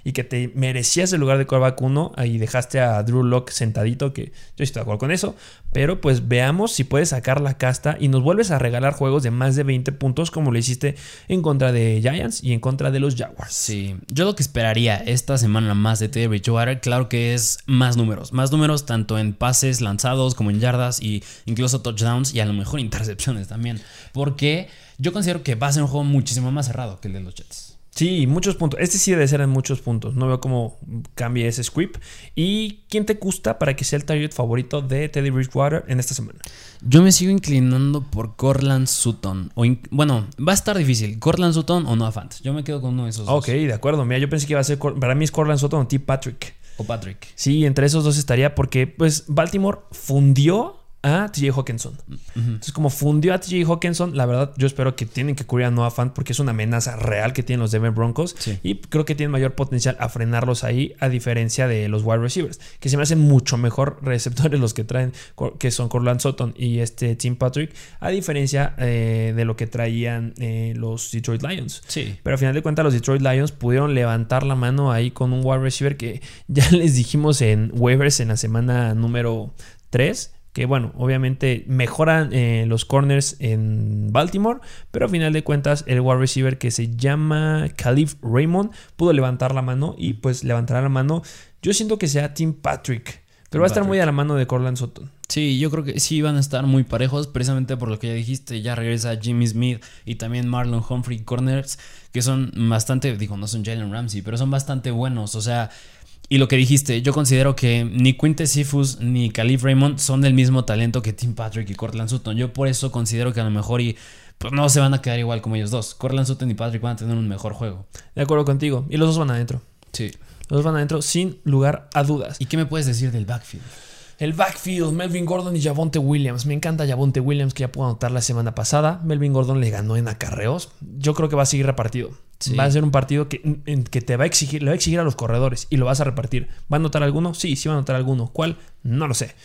y que te merecías el lugar de quarterback 1 y dejaste a Drew Lock sentadito, que yo estoy de acuerdo con eso, pero pues veamos si puedes sacar la casta y nos vuelves a regalar juegos de más de 20 puntos como lo hiciste en contra de Giants y en contra de los Jaguars. Sí, yo lo que esperaría esta semana más de Teddy Bridgewater, claro que es más números tanto en pases lanzados como en yardas y incluso touchdowns y a lo mejor intercepciones también, porque yo considero que va a ser un juego muchísimo más cerrado que el de los Jets. Sí, muchos puntos. Este sí debe ser en muchos puntos. No veo cómo cambie ese script. ¿Y quién te gusta para que sea el target favorito de Teddy Bridgewater en esta semana? Yo me sigo inclinando por Courtland Sutton. Bueno, va a estar difícil. Courtland Sutton o Noah Fant. Yo me quedo con uno de esos dos. Ok, de acuerdo. Mira, yo pensé que iba a ser... Para mí es Courtland Sutton o T. Patrick. O Patrick. Sí, entre esos dos estaría porque pues Baltimore fundió a TJ Hawkinson. Entonces, como fundió a TJ Hawkinson, la verdad, yo espero que tienen que cubrir a Noah Fant porque es una amenaza real que tienen los Denver Broncos. Sí. Y creo que tienen mayor potencial a frenarlos ahí, a diferencia de los wide receivers, que se me hacen mucho mejor receptores los que traen, que son Courtland Sutton y Tim Patrick, a diferencia de lo que traían los Detroit Lions. Sí. Pero al final de cuentas, los Detroit Lions pudieron levantar la mano ahí con un wide receiver que ya les dijimos en waivers en la semana número 3. Que bueno, obviamente mejoran los corners en Baltimore, pero a final de cuentas el wide receiver que se llama Khalif Raymond pudo levantar la mano y pues levantará la mano. Yo siento que sea Tim Patrick, pero va a estar muy a la mano de Courtland Sutton. Sí, yo creo que sí van a estar muy parejos, precisamente por lo que ya dijiste. Ya regresa Jimmy Smith y también Marlon Humphrey, corners que son bastante, no son Jalen Ramsey, pero son bastante buenos, o sea... Y lo que dijiste, yo considero que ni Quintez Cephus ni Khalif Raymond son del mismo talento que Tim Patrick y Courtland Sutton. Yo por eso considero que a lo mejor pues no se van a quedar igual como ellos dos. Courtland Sutton y Patrick van a tener un mejor juego. De acuerdo contigo. Y los dos van adentro. Sí. Los dos van adentro sin lugar a dudas. ¿Y qué me puedes decir del backfield? El backfield, Melvin Gordon y Javonte Williams. Me encanta Javonte Williams, que ya pudo anotar la semana pasada. Melvin Gordon le ganó en acarreos. Yo creo que va a seguir repartido. Sí. Va a ser un partido que te va a exigir, le va a exigir a los corredores y lo vas a repartir. ¿Va a anotar alguno? Sí, sí va a anotar alguno. ¿Cuál? No lo sé.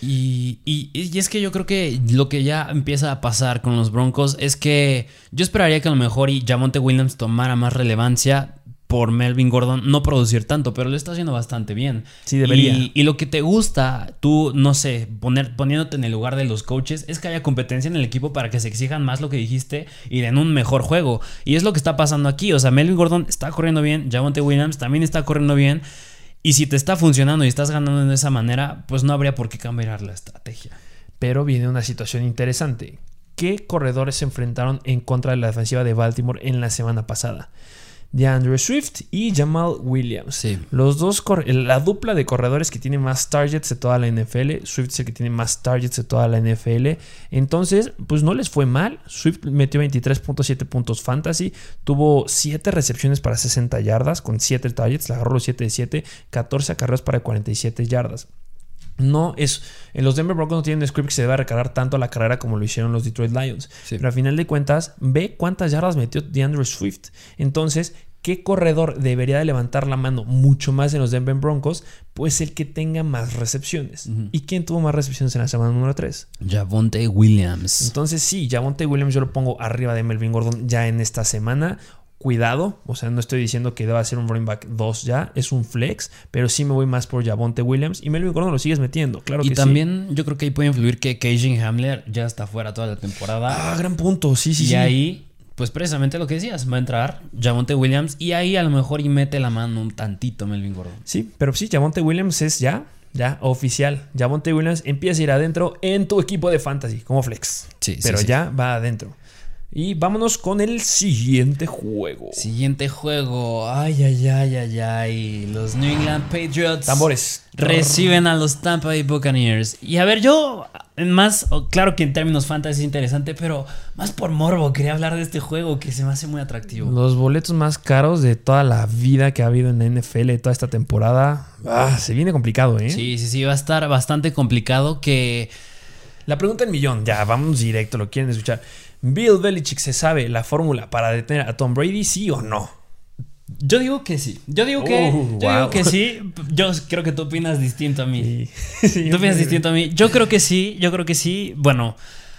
Y es que yo creo que lo que ya empieza a pasar con los Broncos es que yo esperaría que a lo mejor Javonte Williams tomara más relevancia por Melvin Gordon no producir tanto, pero lo está haciendo bastante bien. Sí, debería. Y lo que te gusta, tú, no sé, poniéndote en el lugar de los coaches, es que haya competencia en el equipo para que se exijan más lo que dijiste y den un mejor juego. Y es lo que está pasando aquí. O sea, Melvin Gordon está corriendo bien, Javonte Williams también está corriendo bien. Y si te está funcionando y estás ganando de esa manera, pues no habría por qué cambiar la estrategia. Pero viene una situación interesante. ¿Qué corredores se enfrentaron en contra de la defensiva de Baltimore en la semana pasada? DeAndre Swift y Jamal Williams. Sí. Los dos, la dupla de corredores que tiene más targets de toda la NFL. Swift es el que tiene más targets de toda la NFL. Entonces, pues no les fue mal. Swift metió 23.7 puntos fantasy. Tuvo 7 recepciones para 60 yardas con 7 targets. Le agarró los 7 de 7. 14 acarreos para 47 yardas. No es. Los Denver Broncos no tienen un script que se deba recargar tanto a la carrera como lo hicieron los Detroit Lions. Sí. Pero al final de cuentas, ve cuántas yardas metió DeAndre Swift. Entonces, ¿qué corredor debería de levantar la mano mucho más en los Denver Broncos? Pues el que tenga más recepciones. ¿Y quién tuvo más recepciones en la semana número 3? Javonte Williams. Entonces, sí, Javonte Williams yo lo pongo arriba de Melvin Gordon ya en esta semana. Cuidado, o sea, no estoy diciendo que deba ser un running back 2 ya, es un flex, pero sí me voy más por Javonte Williams y Melvin Gordon lo sigues metiendo, claro que sí. Y también yo creo que ahí puede influir que KJ Hamler ya está fuera toda la temporada. Ah, gran punto, sí. Y ahí, pues precisamente lo que decías, va a entrar Javonte Williams y ahí a lo mejor mete la mano un tantito Melvin Gordon. Sí, pero sí, Javonte Williams es ya oficial. Javonte Williams empieza a ir adentro en tu equipo de fantasy como flex. Sí, pero sí. Ya va adentro. Y vámonos con el siguiente juego. Ay. Los New England Patriots. Tambores. Reciben a los Tampa Bay Buccaneers. Y a ver, yo más, claro que en términos fantasy es interesante, pero más por morbo quería hablar de este juego que se me hace muy atractivo. Los boletos más caros de toda la vida que ha habido en la NFL de toda esta temporada. Se viene complicado, ¿eh? Sí, va a estar bastante complicado que... La pregunta del millón, ya vamos directo, lo quieren escuchar. ¿Bill Belichick se sabe la fórmula para detener a Tom Brady, sí o no? Yo digo que sí. Yo digo que sí. Yo creo que tú opinas distinto a mí. Sí, tú opinas distinto a mí. Yo creo que sí. Bueno,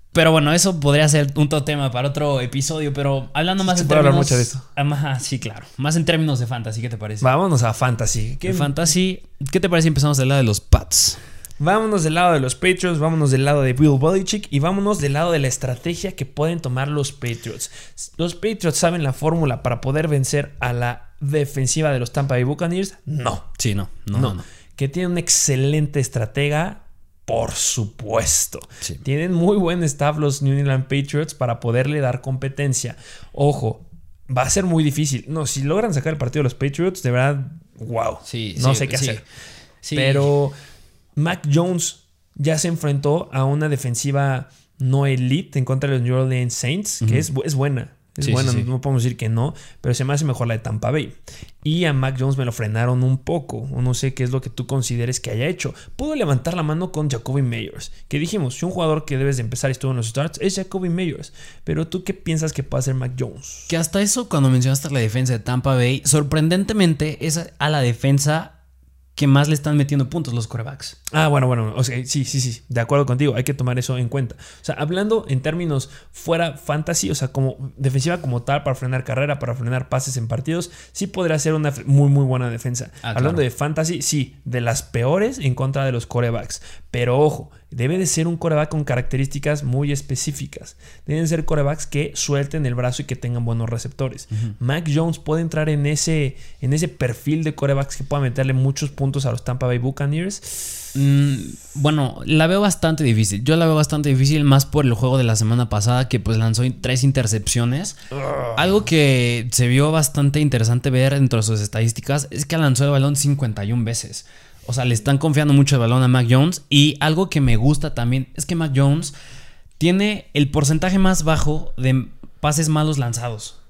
Pero bueno, eso podría ser un tema para otro episodio. Pero hablando más en términos... hablar mucho de eso. Sí, claro. Más en términos de fantasy, ¿qué te parece? Vámonos a fantasy. Fantasy, ¿qué te parece si empezamos del lado de los Pats? Vámonos del lado de los Patriots, vámonos del lado de Bill Belichick y vámonos del lado de la estrategia que pueden tomar los Patriots. Los Patriots saben la fórmula para poder vencer a la defensiva de los Tampa Bay Buccaneers. No. Sí, no. Que tienen un excelente estratega, por supuesto. Sí. Tienen muy buen staff los New England Patriots para poderle dar competencia. Ojo, va a ser muy difícil. No, si logran sacar el partido de los Patriots, de verdad, wow. No sé qué hacer. Sí. Pero Mac Jones ya se enfrentó a una defensiva no elite en contra de los New Orleans Saints, que es buena. Es buena, no podemos decir que no, pero se me hace mejor la de Tampa Bay. Y a Mac Jones me lo frenaron un poco. No sé qué es lo que tú consideres que haya hecho. Pudo levantar la mano con Jacoby Meyers, que dijimos, si un jugador que debes de empezar y estuvo en los starts es Jacoby Meyers. Pero tú, ¿qué piensas que puede hacer Mac Jones? Que hasta eso, cuando mencionaste la defensa de Tampa Bay, sorprendentemente es a la defensa que más le están metiendo puntos los quarterbacks. Bueno. O sea, sí. De acuerdo contigo. Hay que tomar eso en cuenta. O sea, hablando en términos fuera fantasy, o sea, como defensiva como tal, para frenar carrera, para frenar pases en partidos, sí podría ser una muy, muy buena defensa. Hablando de fantasy, sí, de las peores en contra de los quarterbacks. Pero ojo, debe de ser un quarterback con características muy específicas. Deben ser quarterbacks que suelten el brazo y que tengan buenos receptores. Mac Jones puede entrar en ese perfil de quarterbacks que pueda meterle muchos puntos a los Tampa Bay Buccaneers. Bueno, la veo bastante difícil. Yo la veo bastante difícil más por el juego de la semana pasada, que pues lanzó 3 intercepciones. Algo que se vio bastante interesante ver dentro de sus estadísticas es que lanzó el balón 51 veces. O sea, le están confiando mucho el balón a Mac Jones. Y algo que me gusta también es que Mac Jones tiene el porcentaje más bajo de pases malos lanzados.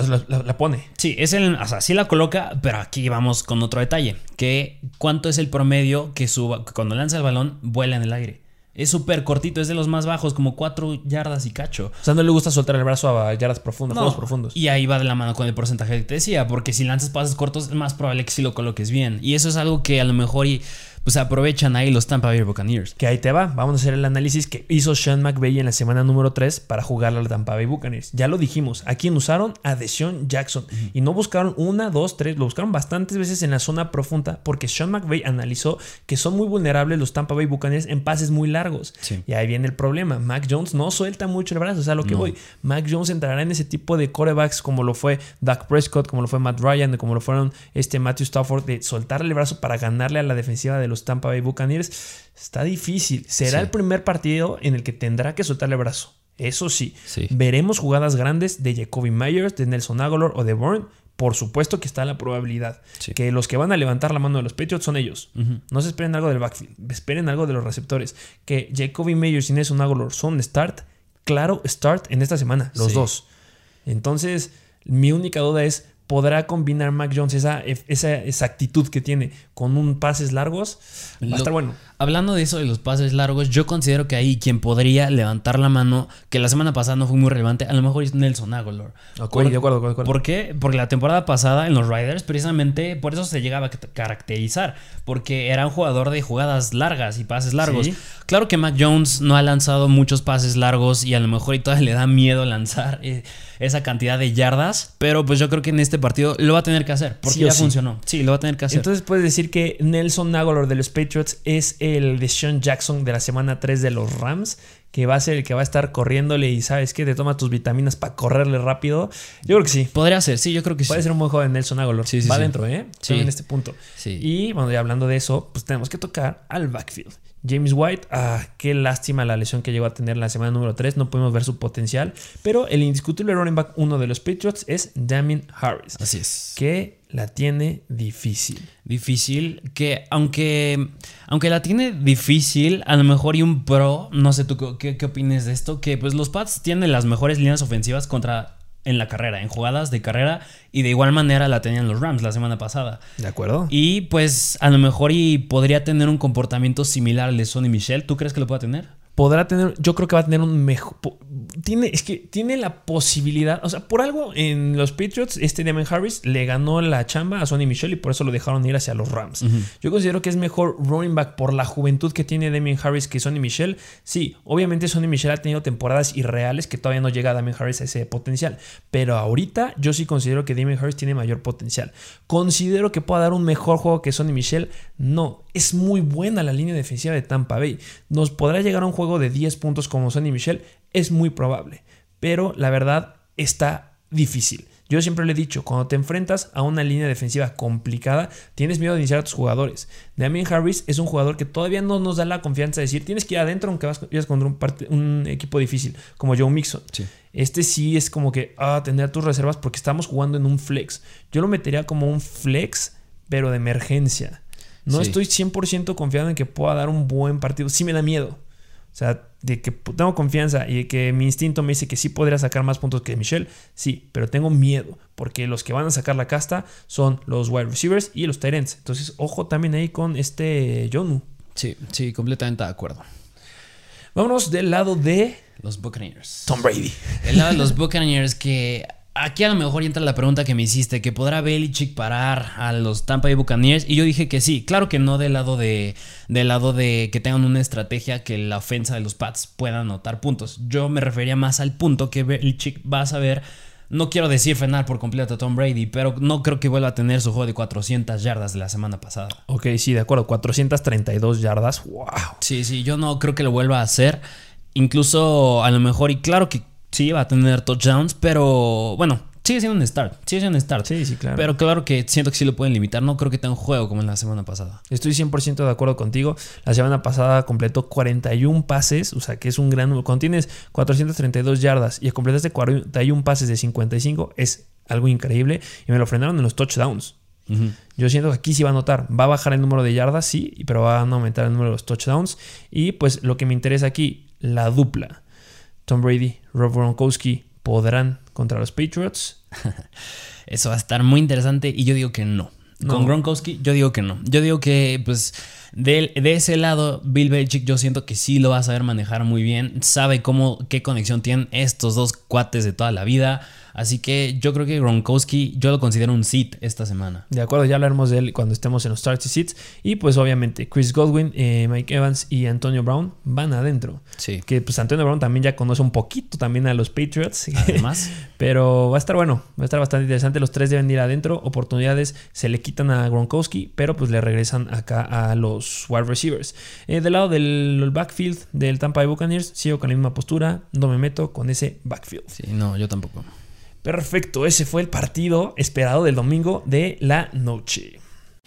La pone. Sí, sí la coloca, pero aquí vamos con otro detalle. Que ¿cuánto es el promedio que cuando lanza el balón vuela en el aire? Es súper cortito, es de los más bajos, como 4 yardas y cacho. O sea, no le gusta soltar el brazo a yardas profundas, juegos profundos. Y ahí va de la mano con el porcentaje que te decía, porque si lanzas pases cortos es más probable que sí lo coloques bien. Y eso es algo que a lo mejor pues aprovechan ahí los Tampa Bay Buccaneers. Que ahí te va, vamos a hacer el análisis que hizo Sean McVay en la semana número 3 para jugarle a los Tampa Bay Buccaneers. Ya lo dijimos, ¿a quién usaron? A DeSean Jackson. Y no buscaron 1, 2, 3, lo buscaron bastantes veces en la zona profunda porque Sean McVay analizó que son muy vulnerables los Tampa Bay Buccaneers en pases muy largos. Sí. Y ahí viene el problema, Mac Jones no suelta mucho el brazo, o sea, lo que voy. Mac Jones entrará en ese tipo de quarterbacks como lo fue Dak Prescott, como lo fue Matt Ryan, como lo fueron Matthew Stafford, de soltarle el brazo para ganarle a la defensiva de los Tampa Bay Buccaneers. Está difícil. Será el primer partido en el que tendrá que soltarle el brazo. Eso sí, veremos jugadas grandes de Jacoby Meyers, de Nelson Agholor o de Bourne. Por supuesto que está la probabilidad que los que van a levantar la mano de los Patriots son ellos. No se esperen algo del backfield, esperen algo de los receptores. Que Jacoby Meyers y Nelson Agholor son start, claro, start en esta semana, los dos. Entonces, mi única duda es, ¿podrá combinar Mac Jones esa actitud que tiene con un pases largos? Va a estar bueno. Hablando de eso de los pases largos, yo considero que ahí quien podría levantar la mano, que la semana pasada no fue muy relevante, a lo mejor es Nelson Agholor. De acuerdo. ¿Por qué? Porque la temporada pasada en los Riders, precisamente por eso se llegaba a caracterizar, porque era un jugador de jugadas largas y pases largos. ¿Sí? Claro que Mac Jones no ha lanzado muchos pases largos y a lo mejor y todavía le da miedo lanzar esa cantidad de yardas, pero pues yo creo que en este partido lo va a tener que hacer, porque ya funcionó. Sí, lo va a tener que hacer. Entonces puedes decir que Nelson Agholor de los Patriots es el DeSean Jackson de la semana 3 de los Rams, que va a ser el que va a estar corriéndole y ¿sabes qué? Te toma tus vitaminas para correrle rápido. Yo creo que sí. Podría ser, sí, yo creo que Puede ser un buen juego de Nelson Agholor. Sí, va adentro, ¿eh? Sí. En este punto. Sí. Y bueno, ya hablando de eso, pues tenemos que tocar al backfield. James White, qué lástima la lesión que llegó a tener en la semana número 3. No pudimos ver su potencial. Pero el indiscutible running back 1 de los Patriots es Damien Harris. Así es. Que la tiene difícil. Difícil, que aunque la tiene difícil, a lo mejor y un pro, no sé tú qué opines de esto, que pues los Pats tienen las mejores líneas ofensivas en la carrera, en jugadas de carrera, y de igual manera la tenían los Rams la semana pasada. De acuerdo. Y pues a lo mejor y podría tener un comportamiento similar al de Sonny Michel. ¿Tú crees que lo pueda tener? podrá tener, yo creo que va a tener un mejor, tiene la posibilidad, o sea, por algo en los Patriots, Damien Harris le ganó la chamba a Sonny Michel y por eso lo dejaron ir hacia los Rams. Yo considero que es mejor running back por la juventud que tiene Damien Harris que Sonny Michel. Sí, obviamente Sonny Michel ha tenido temporadas irreales que todavía no llega a Damien Harris a ese potencial, pero ahorita yo sí considero que Damien Harris tiene mayor potencial. ¿Considero que pueda dar un mejor juego que Sonny Michel? No, es muy buena la línea defensiva de Tampa Bay. ¿Nos podrá llegar a un juego de 10 puntos como Sonny Michel? Es muy probable, pero la verdad está difícil. Yo siempre le he dicho, cuando te enfrentas a una línea defensiva complicada, tienes miedo de iniciar a tus jugadores. Damien Harris es un jugador que todavía no nos da la confianza de decir, tienes que ir adentro aunque vayas contra un equipo difícil, como Joe Mixon. Sí. Sí es como que tener tus reservas porque estamos jugando en un flex. Yo lo metería como un flex, pero de emergencia. No estoy 100% confiado en que pueda dar un buen partido. Sí me da miedo. O sea, de que tengo confianza y de que mi instinto me dice que sí podría sacar más puntos que Michel, sí, pero tengo miedo porque los que van a sacar la casta son los wide receivers y los tight ends. Entonces, ojo también ahí con Jonnu. Sí, completamente de acuerdo. Vámonos del lado de los Buccaneers. Tom Brady. El lado de los Buccaneers que... Aquí a lo mejor entra la pregunta que me hiciste, que podrá Belichick parar a los Tampa Bay Buccaneers, y yo dije que sí, claro que no del lado de que tengan una estrategia que la ofensa de los Pats pueda anotar puntos. Yo me refería más al punto que Belichick va a saber, no quiero decir frenar por completo a Tom Brady, pero no creo que vuelva a tener su juego de 400 yardas de la semana pasada. Ok, sí, de acuerdo, 432 yardas, wow. Sí, yo no creo que lo vuelva a hacer, incluso a lo mejor, y claro que sí, va a tener touchdowns, pero bueno, sigue siendo un start. Sí, claro. Pero claro que siento que sí lo pueden limitar. No creo que tenga un juego como en la semana pasada. Estoy 100% de acuerdo contigo. La semana pasada completó 41 pases, o sea que es un gran número. Cuando tienes 432 yardas y completaste 41 pases de 55, es algo increíble. Y me lo frenaron en los touchdowns. Yo siento que aquí sí va a notar. Va a bajar el número de yardas, sí, pero va a aumentar el número de los touchdowns. Y pues lo que me interesa aquí, la dupla. Tom Brady, Rob Gronkowski podrán contra los Patriots. Eso va a estar muy interesante y yo digo que no. Con Gronkowski yo digo que no. Yo digo que pues de ese lado Bill Belichick yo siento que sí lo va a saber manejar muy bien. Sabe qué conexión tienen estos dos cuates de toda la vida. Así que yo creo que Gronkowski yo lo considero un sit esta semana. De acuerdo, ya hablaremos de él cuando estemos en los starts y sits. Y pues obviamente Chris Godwin, Mike Evans y Antonio Brown van adentro. Sí. Que pues Antonio Brown también ya conoce un poquito también a los Patriots. Además. Pero va a estar bueno, va a estar bastante interesante. Los tres deben ir adentro. Oportunidades se le quitan a Gronkowski, pero pues le regresan acá a los wide receivers. Del lado del backfield del Tampa Bay Buccaneers, sigo con la misma postura. No me meto con ese backfield. Sí, no, yo tampoco. Perfecto, ese fue el partido esperado del domingo de la noche.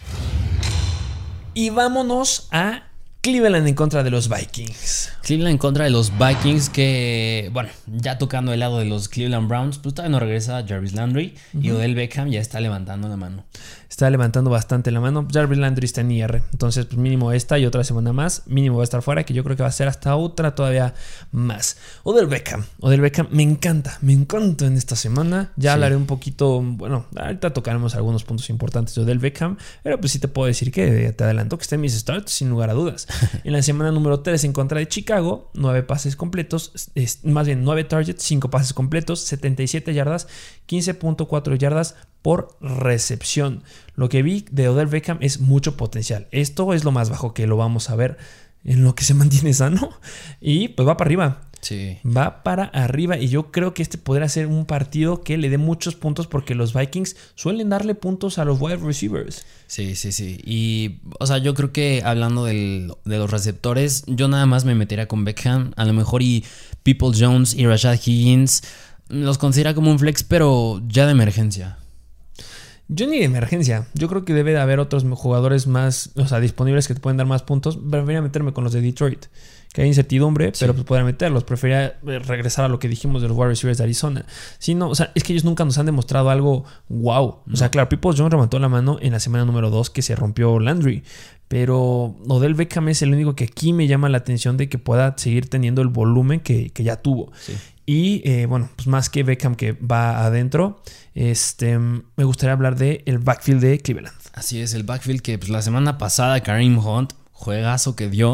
Y vámonos a Cleveland en contra de los Vikings. Cleveland en contra de los Vikings que, bueno, ya tocando el lado de los Cleveland Browns, pues todavía no regresa Jarvis Landry y Odell Beckham ya está levantando la mano. Está levantando bastante la mano. Jarvis Landry está en IR. Entonces, pues mínimo esta y otra semana más. Mínimo va a estar fuera, que yo creo que va a ser hasta otra todavía más. Odell Beckham me encanta en esta semana. Ya hablaré un poquito. Bueno, ahorita tocaremos algunos puntos importantes de Odell Beckham. Pero pues sí te puedo decir que te adelanto que está en mis starts, sin lugar a dudas. En la semana número 3 en contra de Chicago, 9 pases completos. Más bien 9 targets, 5 pases completos, 77 yardas, 15.4 yardas por recepción. Lo que vi de Odell Beckham es mucho potencial. Esto es lo más bajo que lo vamos a ver en lo que se mantiene sano. Y pues va para arriba. Sí. Va para arriba. Y yo creo que este podría ser un partido que le dé muchos puntos porque los Vikings suelen darle puntos a los wide receivers. Sí. Y, o sea, yo creo que hablando de los receptores, yo nada más me metería con Beckham. A lo mejor y People Jones y Rashad Higgins los considera como un flex, pero ya de emergencia. Yo ni de emergencia. Yo creo que debe de haber otros jugadores más, o sea, disponibles que te pueden dar más puntos. Preferiría meterme con los de Detroit, que hay incertidumbre, pero pues podría meterlos. Preferiría regresar a lo que dijimos de los wide receivers de Arizona. Sí, no, o sea, es que ellos nunca nos han demostrado algo wow. O sea, claro, People Jones remontó la mano en la semana número 2 que se rompió Landry. Pero Odell Beckham es el único que aquí me llama la atención de que pueda seguir teniendo el volumen que ya tuvo. Sí. Y bueno, pues más que Beckham que va adentro, me gustaría hablar del backfield de Cleveland. Así es, el backfield que pues, la semana pasada Kareem Hunt, juegazo que dio,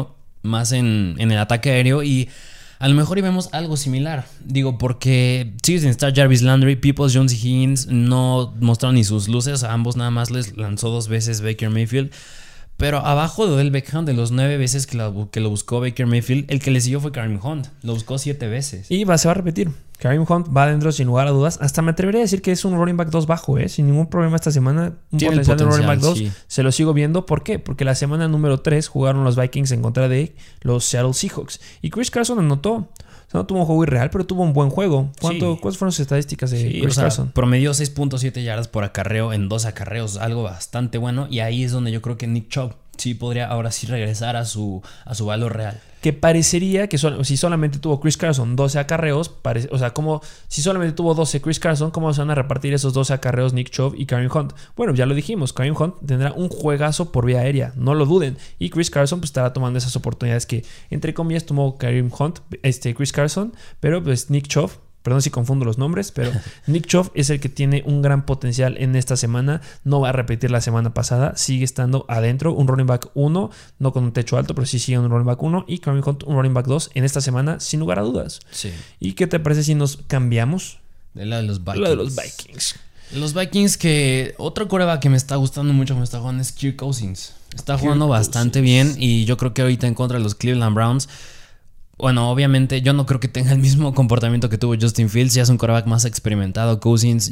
más en el ataque aéreo y a lo mejor y vemos algo similar. Digo, porque sigue sin estar Jarvis Landry, Peoples, Jones y Higgins no mostraron ni sus luces. A ambos nada más les lanzó 2 veces Baker Mayfield. Pero abajo de Odell Beckham, de los 9 veces que lo buscó Baker Mayfield, el que le siguió fue Kareem Hunt. Lo buscó 7 veces. Y se va a repetir. Kareem Hunt va adentro sin lugar a dudas. Hasta me atrevería a decir que es un running back 2 bajo, sin ningún problema esta semana. Un potencial de running back 2. Sí. Se lo sigo viendo. ¿Por qué? Porque la semana número 3 jugaron los Vikings en contra de los Seattle Seahawks. Y Chris Carson anotó. O sea, no tuvo un juego irreal, pero tuvo un buen juego. ¿Cuáles fueron sus estadísticas de Chris Carson? Promedió 6.7 yardas por acarreo en 2 acarreos. Algo bastante bueno. Y ahí es donde yo creo que Nick Chubb sí podría ahora sí regresar a su valor real. Que parecería que si solamente tuvo Chris Carson 12 acarreos, o sea, como si solamente tuvo 12 Chris Carson, ¿cómo se van a repartir esos 12 acarreos Nick Chubb y Kareem Hunt? Bueno, ya lo dijimos, Kareem Hunt tendrá un juegazo por vía aérea, no lo duden. Y Chris Carson pues estará tomando esas oportunidades que, entre comillas, tomó Kareem Hunt, Chris Carson, pero pues Nick Chubb, perdón si confundo los nombres, pero Nick Chubb es el que tiene un gran potencial en esta semana. No va a repetir la semana pasada. Sigue estando adentro. Un running back 1, no con un techo alto, pero sí sigue un running back 1. Y Kareem Hunt, un running back 2 en esta semana, sin lugar a dudas. Sí. ¿Y qué te parece si nos cambiamos? De la de los Vikings. La de los Vikings. Los Vikings, que otro quarterback que me está gustando mucho, me está jugando es Kirk Cousins. Está jugando bastante bien y yo creo que ahorita en contra de los Cleveland Browns, bueno, obviamente yo no creo que tenga el mismo comportamiento que tuvo Justin Fields. Ya es un quarterback más experimentado. Cousins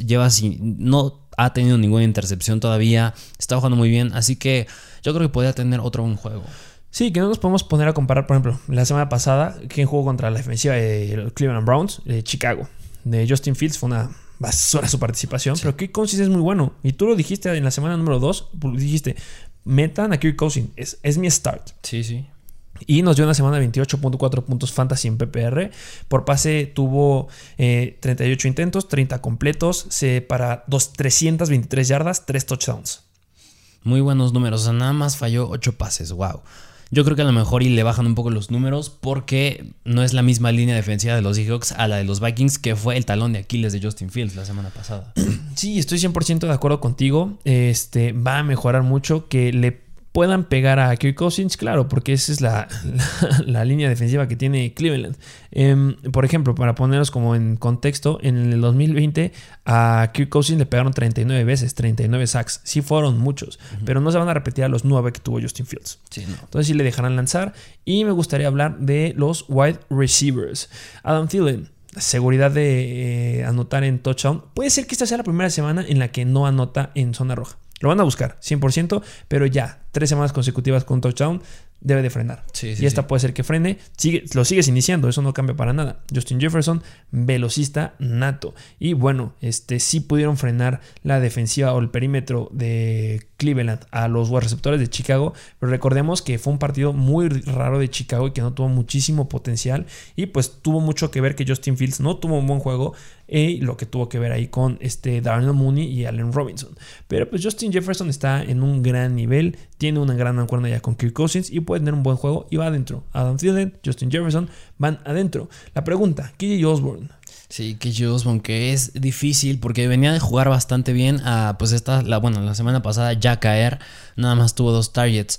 no ha tenido ninguna intercepción todavía. Está jugando muy bien. Así que yo creo que podría tener otro buen juego. Sí, que no nos podemos poner a comparar, por ejemplo, la semana pasada, ¿quién jugó contra la defensiva de los Cleveland Browns? Chicago. De Justin Fields fue una basura su participación. Sí. Pero Kirk Cousins es muy bueno. Y tú lo dijiste en la semana número 2. Dijiste, metan a Kirk Cousins. Es mi start. Sí, sí. Y nos dio una semana de 28.4 puntos fantasy en PPR. Por pase tuvo 38 intentos, 30 completos, para 323 yardas, 3 touchdowns. Muy buenos números, o sea, nada más falló 8 pases, wow. Yo creo que a lo mejor y le bajan un poco los números porque no es la misma línea defensiva de los Seahawks a la de los Vikings, que fue el talón de Aquiles de Justin Fields la semana pasada. Sí, estoy 100% de acuerdo contigo. Va a mejorar mucho que le puedan pegar a Kirk Cousins, claro, porque esa es la línea defensiva que tiene Cleveland. Por ejemplo, para ponernos como en contexto, en el 2020 a Kirk Cousins le pegaron 39 veces, 39 sacks. Sí fueron muchos, pero no se van a repetir a los 9 que tuvo Justin Fields. Sí, no. Entonces sí le dejarán lanzar. Y me gustaría hablar de los wide receivers. Adam Thielen, seguridad de anotar en touchdown. Puede ser que esta sea la primera semana en la que no anota en zona roja. Lo van a buscar, 100%, pero ya 3 semanas consecutivas con touchdown debe de frenar. Sí, y esta puede ser que frene. Lo sigues iniciando, eso no cambia para nada. Justin Jefferson, velocista nato. Y bueno, sí pudieron frenar la defensiva o el perímetro de Cleveland a los receptores de Chicago. Pero recordemos que fue un partido muy raro de Chicago y que no tuvo muchísimo potencial. Y pues tuvo mucho que ver que Justin Fields no tuvo un buen juego. Y lo que tuvo que ver ahí con Darnell Mooney y Allen Robinson. Pero pues Justin Jefferson está en un gran nivel. Tiene una gran acuerdo ya con Kirk Cousins y puede tener un buen juego y va adentro. Adam Thielen, Justin Jefferson van adentro. La pregunta, KJ Osborne. Sí, KJ Osborne, que es difícil porque venía de jugar bastante bien a pues la semana pasada ya caer. Nada más tuvo 2 targets.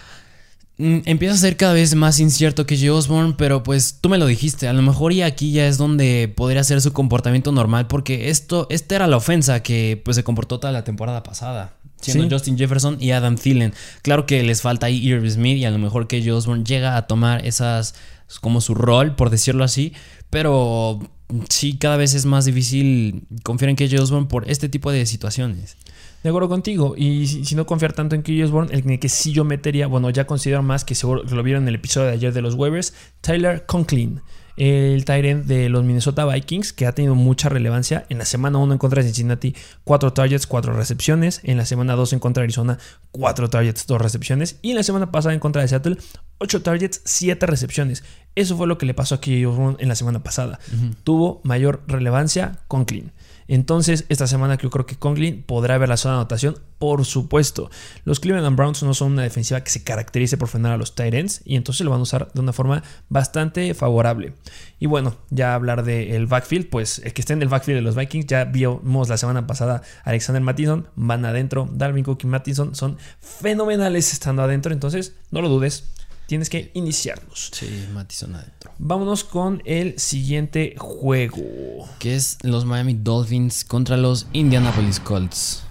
Empieza a ser cada vez más incierto KJ Osborne, pero pues tú me lo dijiste, a lo mejor y aquí ya es donde podría ser su comportamiento normal, porque esta era la ofensa que pues se comportó toda la temporada pasada, siendo Justin Jefferson y Adam Thielen. Claro que les falta ahí Irv Smith y a lo mejor KJ Osborne llega a tomar esas como su rol, por decirlo así, pero sí, cada vez es más difícil confiar en KJ Osborne por este tipo de situaciones. De acuerdo contigo. Y si no confiar tanto en KJ Osborne, el que sí yo metería, bueno, ya considero más que seguro que lo vieron en el episodio de ayer de los waivers, Tyler Conklin, el tight end de los Minnesota Vikings, que ha tenido mucha relevancia. En la semana 1 en contra de Cincinnati, 4 targets, 4 recepciones. En la semana 2 en contra de Arizona, 4 targets, 2 recepciones. Y en la semana pasada en contra de Seattle, 8 targets, 7 recepciones. Eso fue lo que le pasó a KJ Osborne en la semana pasada. Tuvo mayor relevancia Conklin. Entonces, esta semana yo creo que Conklin podrá ver la zona de anotación, por supuesto. Los Cleveland Browns no son una defensiva que se caracterice por frenar a los tight ends y entonces lo van a usar de una forma bastante favorable. Y bueno, ya hablar del backfield, pues el que esté en el backfield de los Vikings, ya vimos la semana pasada Alexander Mattison, van adentro, Dalvin Cook y Mattison son fenomenales estando adentro, entonces no lo dudes. tienes que iniciarlos. Sí, Mattison adentro. Vámonos con el siguiente juego. Que es los Miami Dolphins contra los Indianapolis Colts.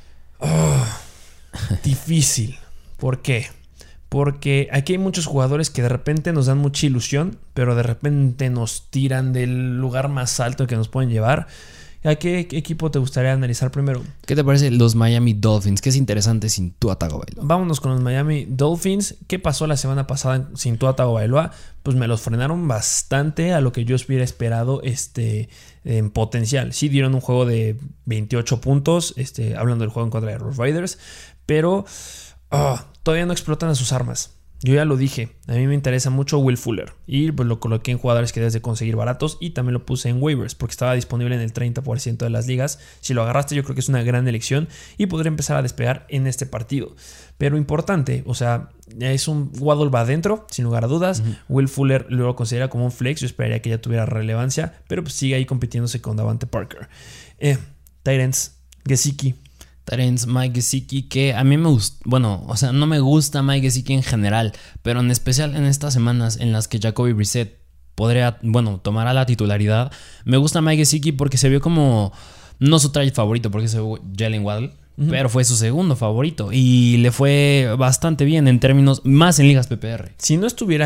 Difícil. ¿Por qué? Porque aquí hay muchos jugadores que de repente nos dan mucha ilusión, pero de repente nos tiran del lugar más alto que nos pueden llevar. ¿A qué equipo te gustaría analizar primero? ¿Qué te parece los Miami Dolphins? Que es interesante sin Tua Tagovailoa. Vámonos con los Miami Dolphins. ¿Qué pasó la semana pasada sin Tua Tagovailoa? Pues me los frenaron bastante a lo que yo hubiera esperado en potencial. Sí dieron un juego de 28 puntos, hablando del juego en contra de los Raiders, pero todavía no explotan a sus armas. Yo ya lo dije, a mí me interesa mucho Will Fuller y pues lo coloqué en jugadores que debes de conseguir baratos y también lo puse en waivers porque estaba disponible en el 30% de las ligas. Si lo agarraste yo creo que es una gran elección y podría empezar a despegar en este partido. Pero importante, o sea, es un Waddle va adentro, sin lugar a dudas. Will Fuller lo considera como un flex, yo esperaría que ya tuviera relevancia, pero pues sigue ahí compitiéndose con Davante Parker. Titans, Gesicki. Terence, Mike Gesicki, que a mí me gusta, bueno, o sea, no me gusta Mike Gesicki en general, pero en especial en estas semanas en las que Jacoby Brissett podría, tomará la titularidad, me gusta Mike Gesicki porque se vio como, no su trade favorito porque se vio Jalen Waddle, pero fue su segundo favorito y le fue bastante bien en términos, más en ligas PPR. Si estuviera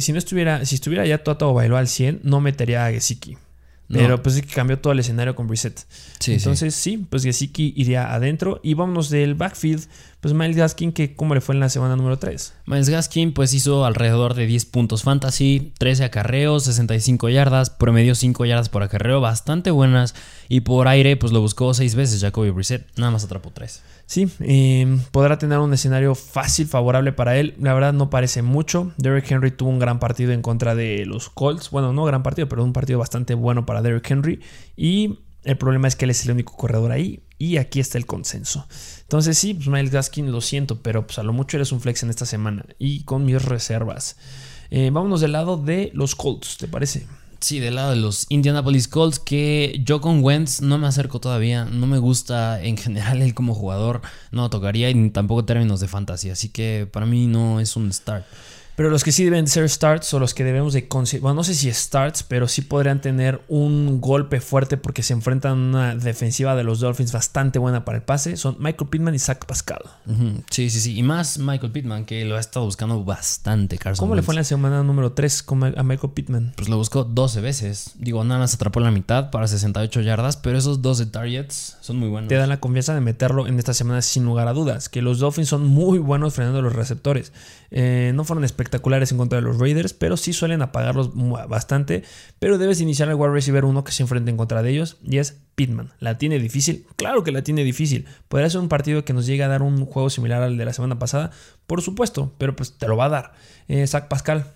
ya Tua Tagovailoa al 100, no metería a Gesicki. Pero pues es que cambió todo el escenario con Brissett. Entonces sí, pues Gesicki iría adentro. Y vámonos del backfield. Pues Myles Gaskin, que ¿cómo le fue en la semana número 3? Myles Gaskin pues hizo alrededor de 10 puntos fantasy, 13 acarreos, 65 yardas, promedió 5 yardas por acarreo, bastante buenas. Y por aire pues lo buscó 6 veces Jacoby Brissett, nada más atrapó 3. Sí, podrá tener un escenario fácil, favorable para él. La verdad no parece mucho. Derrick Henry tuvo un gran partido en contra de los Colts. Bueno, no gran partido, pero un partido bastante bueno para Derrick Henry. Y el problema es que él es el único corredor ahí. Y aquí está el consenso. Entonces sí, pues Myles Gaskin, lo siento, pero pues a lo mucho eres un flex en esta semana. Y con mis reservas. Vámonos del lado de los Colts, ¿te parece? Sí, del lado de los Indianapolis Colts, que yo con Wentz no me acerco todavía. No me gusta en general él como jugador. No lo tocaría y tampoco en términos de fantasy. Así que para mí no es un start. Pero los que sí deben ser starts o los que debemos de considerar, bueno, no sé si starts, pero sí podrían tener un golpe fuerte porque se enfrentan a una defensiva de los Dolphins bastante buena para el pase, son Michael Pittman y Zach Pascal. Sí. Y más Michael Pittman, que lo ha estado buscando bastante, Carson ¿Cómo Wentz. le fue en la semana número 3 a Michael Pittman? Pues lo buscó 12 veces. Digo, nada más atrapó la mitad para 68 yardas, pero esos 12 targets son muy buenos. Te dan la confianza de meterlo en esta semana sin lugar a dudas, que los Dolphins son muy buenos frenando los receptores. No fueron espectaculares en contra de los Raiders, pero sí suelen apagarlos bastante. Pero debes iniciar el wide receiver 1 que se enfrenta en contra de ellos, y es Pittman. ¿La tiene difícil? Claro que la tiene difícil. ¿Podría ser un partido que nos llegue a dar un juego similar al de la semana pasada? Por supuesto, pero pues te lo va a dar. Zach Pascal,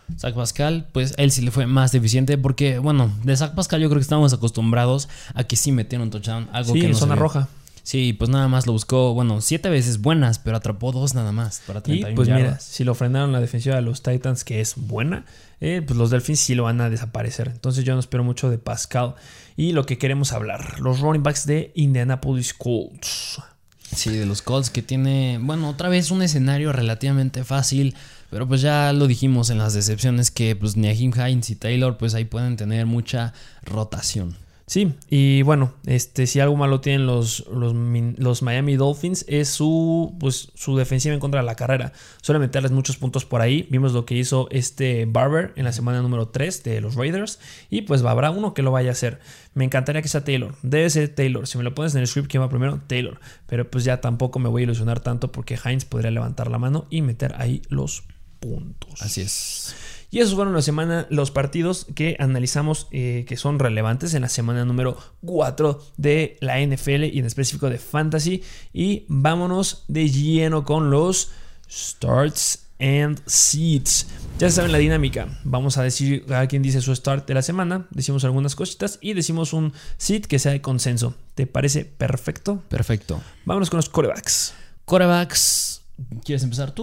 pues él sí le fue más deficiente porque, de Zach Pascal yo creo que estamos acostumbrados a que sí metieron un touchdown, algo que no en zona se ve. roja. Sí, pues nada más lo buscó, 7 veces buenas, pero atrapó 2 nada más para 31 y pues yardas. mira, si lo frenaron la defensiva de los Titans, que es buena, pues los Dolphins sí lo van a desaparecer. Entonces yo no espero mucho de Pascal. Y lo que queremos hablar, los running backs de Indianapolis Colts. Sí, de los Colts, que tiene, otra vez un escenario relativamente fácil, pero pues ya lo dijimos en las decepciones que pues Nyheim Hines y Taylor pues ahí pueden tener mucha rotación. Sí, y si algo malo tienen los Miami Dolphins es su defensiva en contra de la carrera. Suele meterles muchos puntos por ahí. Vimos lo que hizo Barber en la semana número 3 de los Raiders. Y pues habrá uno que lo vaya a hacer. Me encantaría que sea Taylor. Debe ser Taylor. Si me lo pones en el script, ¿quién va primero? Taylor. Pero pues ya tampoco me voy a ilusionar tanto porque Hines podría levantar la mano y meter ahí los puntos. Así es. Y esos fueron los partidos que analizamos que son relevantes en la semana número 4 de la NFL y en específico de Fantasy. Y vámonos de lleno con los Starts and Sits. Ya saben la dinámica. Vamos a decir a quién dice su start de la semana. Decimos algunas cositas y decimos un sit que sea de consenso. ¿Te parece perfecto? Perfecto. Vámonos con los quarterbacks. Quarterbacks. ¿Quieres empezar tú?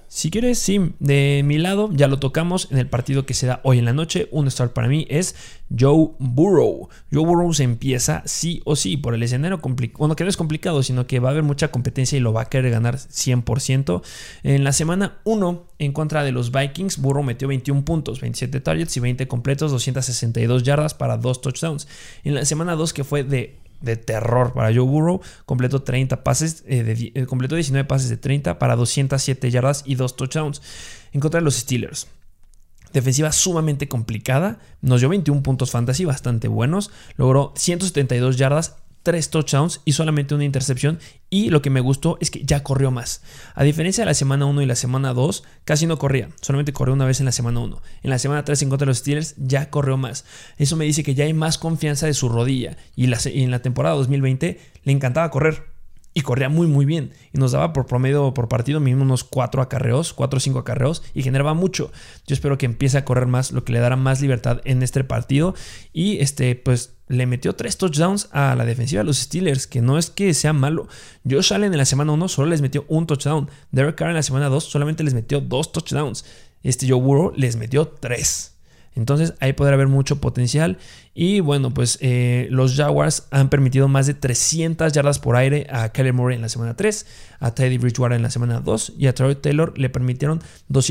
Si quieres, sí, de mi lado ya lo tocamos en el partido que se da hoy en la noche. Un start para mí es Joe Burrow. Joe Burrow se empieza sí o sí por el escenario complicado. Bueno, que no es complicado, sino que va a haber mucha competencia y lo va a querer ganar 100%. En la semana 1 en contra de los Vikings, Burrow metió 21 puntos, 27 targets y 20 completos, 262 yardas para 2 touchdowns. En la semana 2, que fue de terror para Joe Burrow, completó 30 pases, completó 19 pases de 30 para 207 yardas y 2 touchdowns en contra de los Steelers. Defensiva sumamente complicada, nos dio 21 puntos fantasy bastante buenos, logró 172 yardas, 3 touchdowns y solamente una intercepción, y lo que me gustó es que ya corrió más. A diferencia de la semana 1 y la semana 2, casi no corría, solamente corrió una vez en la semana 1. En la semana 3 en contra de los Steelers ya corrió más. Eso me dice que ya hay más confianza de su rodilla, y en la temporada 2020 le encantaba correr. Y corría muy muy bien. Y nos daba por promedio por partido mínimo unos 4 o 5 acarreos. Y generaba mucho. Yo espero que empiece a correr más, lo que le dará más libertad en este partido. Y pues le metió 3 touchdowns a la defensiva de los Steelers, que no es que sea malo. Josh Allen en la semana 1 solo les metió un touchdown. Derek Carr en la semana 2 solamente les metió 2 touchdowns. Joe Burrow les metió 3. Entonces ahí podrá haber mucho potencial. Y bueno, pues los Jaguars han permitido más de 300 yardas por aire a Kyler Murray en la semana 3, a Teddy Bridgewater en la semana 2 y a Troy Taylor le permitieron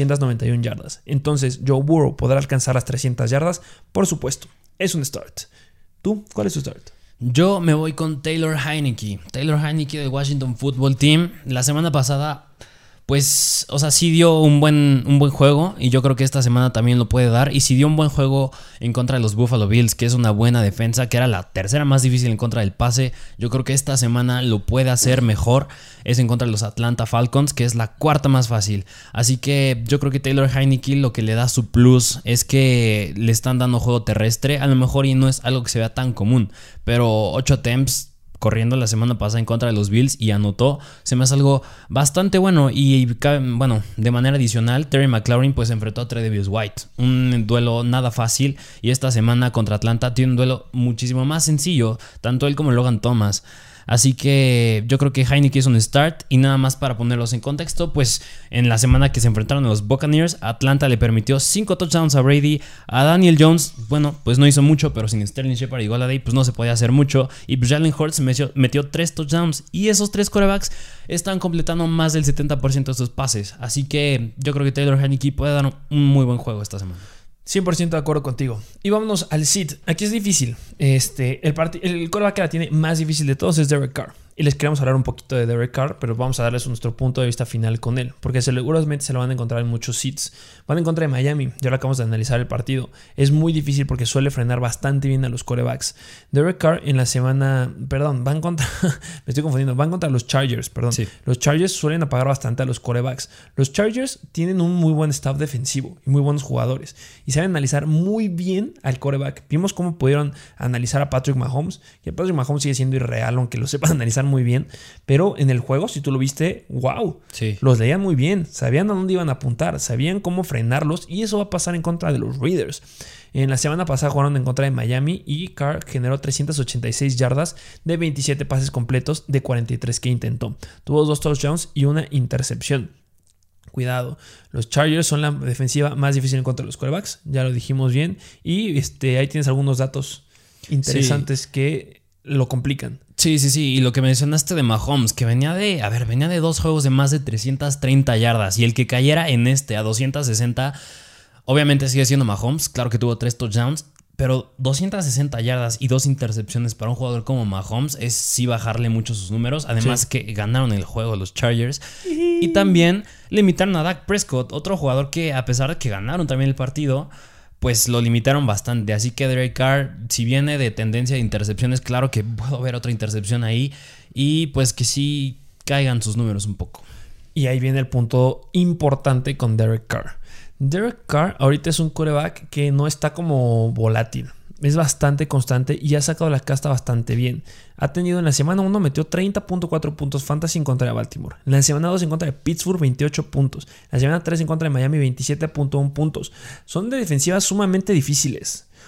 291 yardas. Entonces Joe Burrow podrá alcanzar las 300 yardas, por supuesto. Es un start. ¿Tú? ¿Cuál es tu start? Yo me voy con Taylor Heinicke. Taylor Heinicke del Washington Football Team. La semana pasada, pues, o sea, sí dio un buen juego, y yo creo que esta semana también lo puede dar. Y sí dio un buen juego en contra de los Buffalo Bills, que es una buena defensa, que era la tercera más difícil en contra del pase. Yo creo que esta semana lo puede hacer mejor. Es en contra de los Atlanta Falcons, que es la cuarta más fácil. Así que yo creo que Taylor Heinicke lo que le da su plus es que le están dando juego terrestre. A lo mejor y no es algo que se vea tan común, pero 8 attempts corriendo la semana pasada en contra de los Bills y anotó, se me hace algo bastante bueno. Y bueno, de manera adicional, Terry McLaurin pues enfrentó a Tre'Davious White, un duelo nada fácil, y esta semana contra Atlanta tiene un duelo muchísimo más sencillo, tanto él como Logan Thomas. Así que yo creo que Heinicke es un start. Y nada más para ponerlos en contexto, pues en la semana que se enfrentaron a los Buccaneers, Atlanta le permitió 5 touchdowns a Brady. A Daniel Jones, bueno, pues no hizo mucho, pero sin Sterling Shepard y Golladay pues no se podía hacer mucho. Y pues Jalen Hurts metió 3 touchdowns, y esos 3 quarterbacks están completando más del 70% de sus pases. Así que yo creo que Taylor Heinicke puede dar un muy buen juego esta semana. 100% de acuerdo contigo. Y vámonos al sit. Aquí es difícil. El quarterback que la tiene más difícil de todos es Derek Carr. Y les queremos hablar un poquito de Derek Carr, pero vamos a darles nuestro punto de vista final con él, porque seguramente se lo van a encontrar en muchos sits. Van en contra de Miami. Ya lo acabamos de analizar el partido. Es muy difícil porque suele frenar bastante bien a los quarterbacks. Derek Carr en la semana... Perdón, van contra... me estoy confundiendo. Van contra los Chargers, perdón. Sí. Los Chargers suelen apagar bastante a los quarterbacks. Los Chargers tienen un muy buen staff defensivo y muy buenos jugadores. Y saben analizar muy bien al quarterback. Vimos cómo pudieron analizar a Patrick Mahomes. Que Patrick Mahomes sigue siendo irreal, aunque lo sepan analizar muy bien. Pero en el juego, si tú lo viste, wow. Sí. Los leían muy bien. Sabían a dónde iban a apuntar. Sabían cómo frenarlos. Y eso va a pasar en contra de los Raiders. En la semana pasada jugaron en contra de Miami y Carr generó 386 yardas de 27 pases completos de 43 que intentó. Tuvo 2 touchdowns y una intercepción. Cuidado, los Chargers son la defensiva más difícil en contra de los quarterbacks. Ya lo dijimos bien. Y ahí tienes algunos datos interesantes que lo complican. Sí. Y lo que mencionaste de Mahomes, que venía de 2 juegos de más de 330 yardas. Y el que cayera en a 260, obviamente sigue siendo Mahomes. Claro que tuvo 3 touchdowns, pero 260 yardas y 2 intercepciones para un jugador como Mahomes es sí bajarle mucho sus números. Además que ganaron el juego los Chargers. Y también limitaron a Dak Prescott, otro jugador que, a pesar de que ganaron también el partido, pues lo limitaron bastante. Así que Derek Carr, si viene de tendencia de intercepciones, claro que puedo ver otra intercepción ahí. Y pues que sí caigan sus números un poco. Y ahí viene el punto importante con Derek Carr. Derek Carr ahorita es un quarterback que no está como volátil. Es bastante constante y ha sacado la casta bastante bien. Ha tenido en la semana 1 metió 30.4 puntos fantasy en contra de Baltimore. En la semana 2 en contra de Pittsburgh 28 puntos. En la semana 3 en contra de Miami 27.1 puntos. Son de defensivas sumamente difíciles.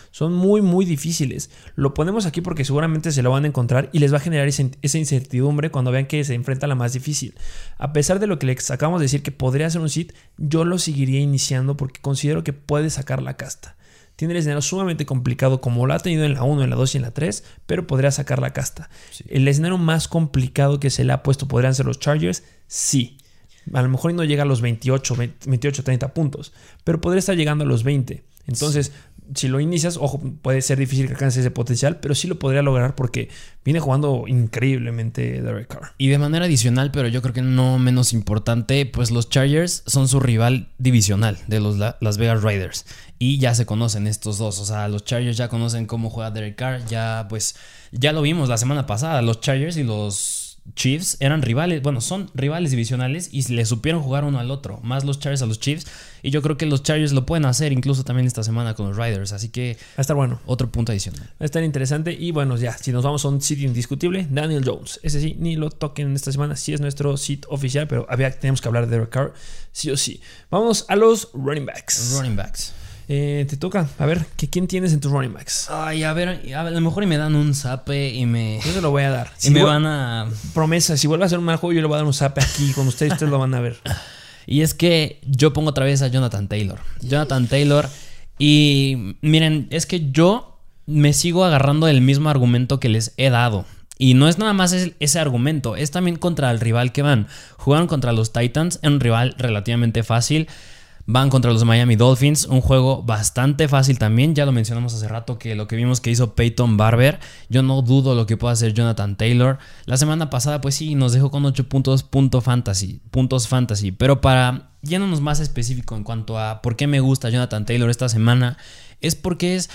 Son muy, muy difíciles. Lo ponemos aquí porque seguramente se lo van a encontrar y les va a generar esa incertidumbre cuando vean que se enfrenta a la más difícil. A pesar de lo que les acabamos de decir que podría ser un sit, yo lo seguiría iniciando porque considero que puede sacar la casta. Tiene el escenario sumamente complicado como lo ha tenido en la 1, en la 2 y en la 3, pero podría sacar la casta. Sí. El escenario más complicado que se le ha puesto podrían ser los Chargers, sí. A lo mejor no llega a los 28, 30 puntos, pero podría estar llegando a los 20. Entonces, sí, si lo inicias, ojo, puede ser difícil que alcance ese potencial, pero sí lo podría lograr porque viene jugando increíblemente Derek Carr. Y de manera adicional, pero yo creo que no menos importante, pues los Chargers son su rival divisional de los Las Vegas Raiders. Y ya se conocen estos dos. O sea, los Chargers ya conocen cómo juega Derek Carr. Ya lo vimos la semana pasada. Los Chargers y los Chiefs eran rivales, bueno, son rivales divisionales y le supieron jugar uno al otro, más los Chargers a los Chiefs, y yo creo que los Chargers lo pueden hacer incluso también esta semana con los Raiders, así que va a estar bueno. Otro punto adicional. Va a estar interesante y bueno, ya, si nos vamos a un sit indiscutible, Daniel Jones, ese sí, ni lo toquen esta semana, sí es nuestro sit oficial, pero tenemos que hablar de Derek Carr, sí o sí. Vamos a los running backs. Te toca, a ver, ¿quién tienes en tus running backs? Ay, a lo mejor me dan un zape y me... Yo se lo voy a dar. Si me van a... Promesa, si vuelve a hacer un mal juego, yo le voy a dar un zape aquí con ustedes lo van a ver. Y es que yo pongo otra vez a Jonathan Taylor. Y miren, es que yo me sigo agarrando del mismo argumento que les he dado. Y no es nada más ese argumento, es también contra el rival que van. Jugaron contra los Titans, en un rival relativamente fácil. Van contra los Miami Dolphins, un juego bastante fácil también. Ya lo mencionamos hace rato que lo que vimos que hizo Peyton Barber. Yo no dudo lo que pueda hacer Jonathan Taylor. La semana pasada pues sí, nos dejó con 8 puntos fantasy. Pero para yéndonos más específico en cuanto a por qué me gusta Jonathan Taylor esta semana, es porque es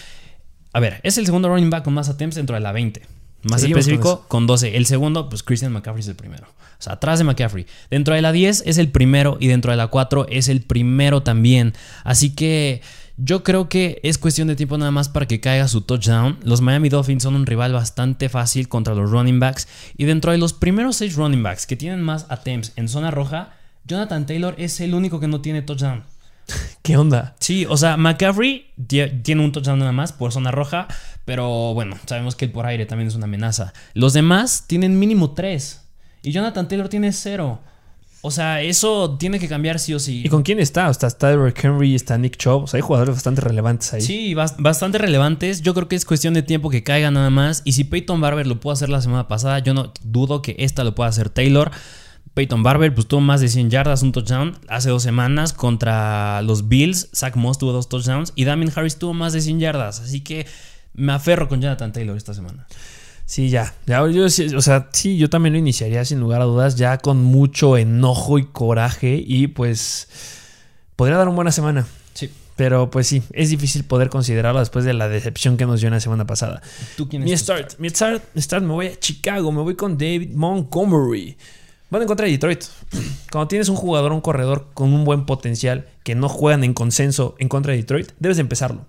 el segundo running back con más attempts dentro de la 20. Más específico, con 12. El segundo, pues Christian McCaffrey es el primero. O sea, atrás de McCaffrey. Dentro de la 10 es el primero y dentro de la 4 es el primero también. Así que yo creo que es cuestión de tiempo nada más para que caiga su touchdown. Los Miami Dolphins son un rival bastante fácil contra los running backs. Y dentro de los primeros 6 running backs que tienen más attempts en zona roja, Jonathan Taylor es el único que no tiene touchdown. ¿Qué onda? Sí, o sea, McCaffrey tiene un touchdown nada más por zona roja, pero bueno, sabemos que el por aire también es una amenaza. Los demás tienen mínimo 3 y Jonathan Taylor tiene 0. O sea, eso tiene que cambiar sí o sí. ¿Y con quién está? O sea, está Derrick Henry, está Nick Chubb. O sea, hay jugadores bastante relevantes ahí. Sí, bastante relevantes. Yo creo que es cuestión de tiempo que caiga nada más. Y si Peyton Barber lo pudo hacer la semana pasada, yo no dudo que esta lo pueda hacer Taylor. Peyton Barber pues tuvo más de 100 yardas, un touchdown hace 2 semanas contra los Bills. Zach Moss tuvo 2 touchdowns y Damien Harris tuvo más de 100 yardas. Así que me aferro con Jonathan Taylor esta semana. Sí, yo también lo iniciaría sin lugar a dudas, ya con mucho enojo y coraje y pues podría dar una buena semana. Sí. Pero pues sí, es difícil poder considerarlo después de la decepción que nos dio en la semana pasada. ¿Tú quién es Mi start, me voy a Chicago, me voy con David Montgomery. Van en contra de Detroit. Cuando tienes un jugador, un corredor con un buen potencial que no juegan en consenso en contra de Detroit, debes de empezarlo.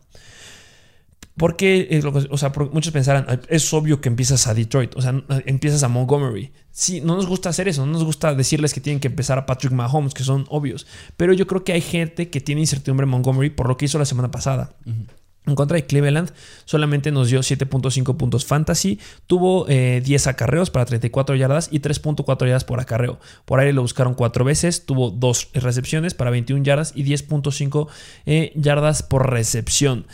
Porque, muchos pensarán, es obvio que empiezas a Detroit, o sea, empiezas a Montgomery. Sí, no nos gusta hacer eso, no nos gusta decirles que tienen que empezar a Patrick Mahomes, que son obvios. Pero yo creo que hay gente que tiene incertidumbre en Montgomery por lo que hizo la semana pasada. Uh-huh. En contra de Cleveland solamente nos dio 7.5 puntos fantasy. Tuvo 10 acarreos para 34 yardas y 3.4 yardas por acarreo. Por aire lo buscaron 4 veces. Tuvo 2 recepciones para 21 yardas y 10.5 yardas por recepción.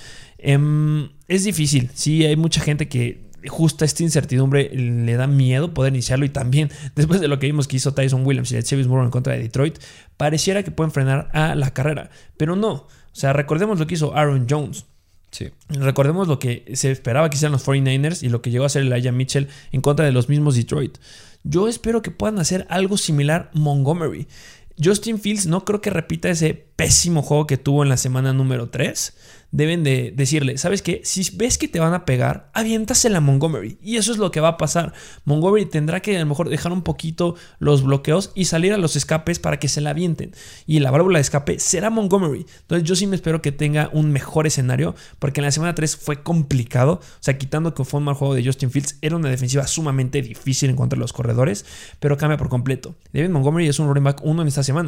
Es difícil. Sí, hay mucha gente que justo esta incertidumbre le da miedo poder iniciarlo. Y también después de lo que vimos que hizo Tyson Williams y Latavius Murray en contra de Detroit, pareciera que pueden frenar a la carrera. Pero no. O sea, recordemos lo que hizo Aaron Jones. Sí. Recordemos lo que se esperaba que hicieran los 49ers y lo que llegó a hacer Elijah Mitchell en contra de los mismos Detroit. Yo espero que puedan hacer algo similar Montgomery. Justin Fields no creo que repita ese pésimo juego que tuvo en la semana número 3. Deben de decirle, ¿sabes qué? Si ves que te van a pegar, aviéntasela a Montgomery. Y eso es lo que va a pasar. Montgomery tendrá que a lo mejor dejar un poquito los bloqueos y salir a los escapes para que se la avienten. Y la válvula de escape será Montgomery. Entonces yo sí me espero que tenga un mejor escenario, porque en la semana 3 fue complicado. O sea, quitando que fue un mal juego de Justin Fields, era una defensiva sumamente difícil en contra de los corredores, pero cambia por completo. David Montgomery es un running back 1 en esta semana.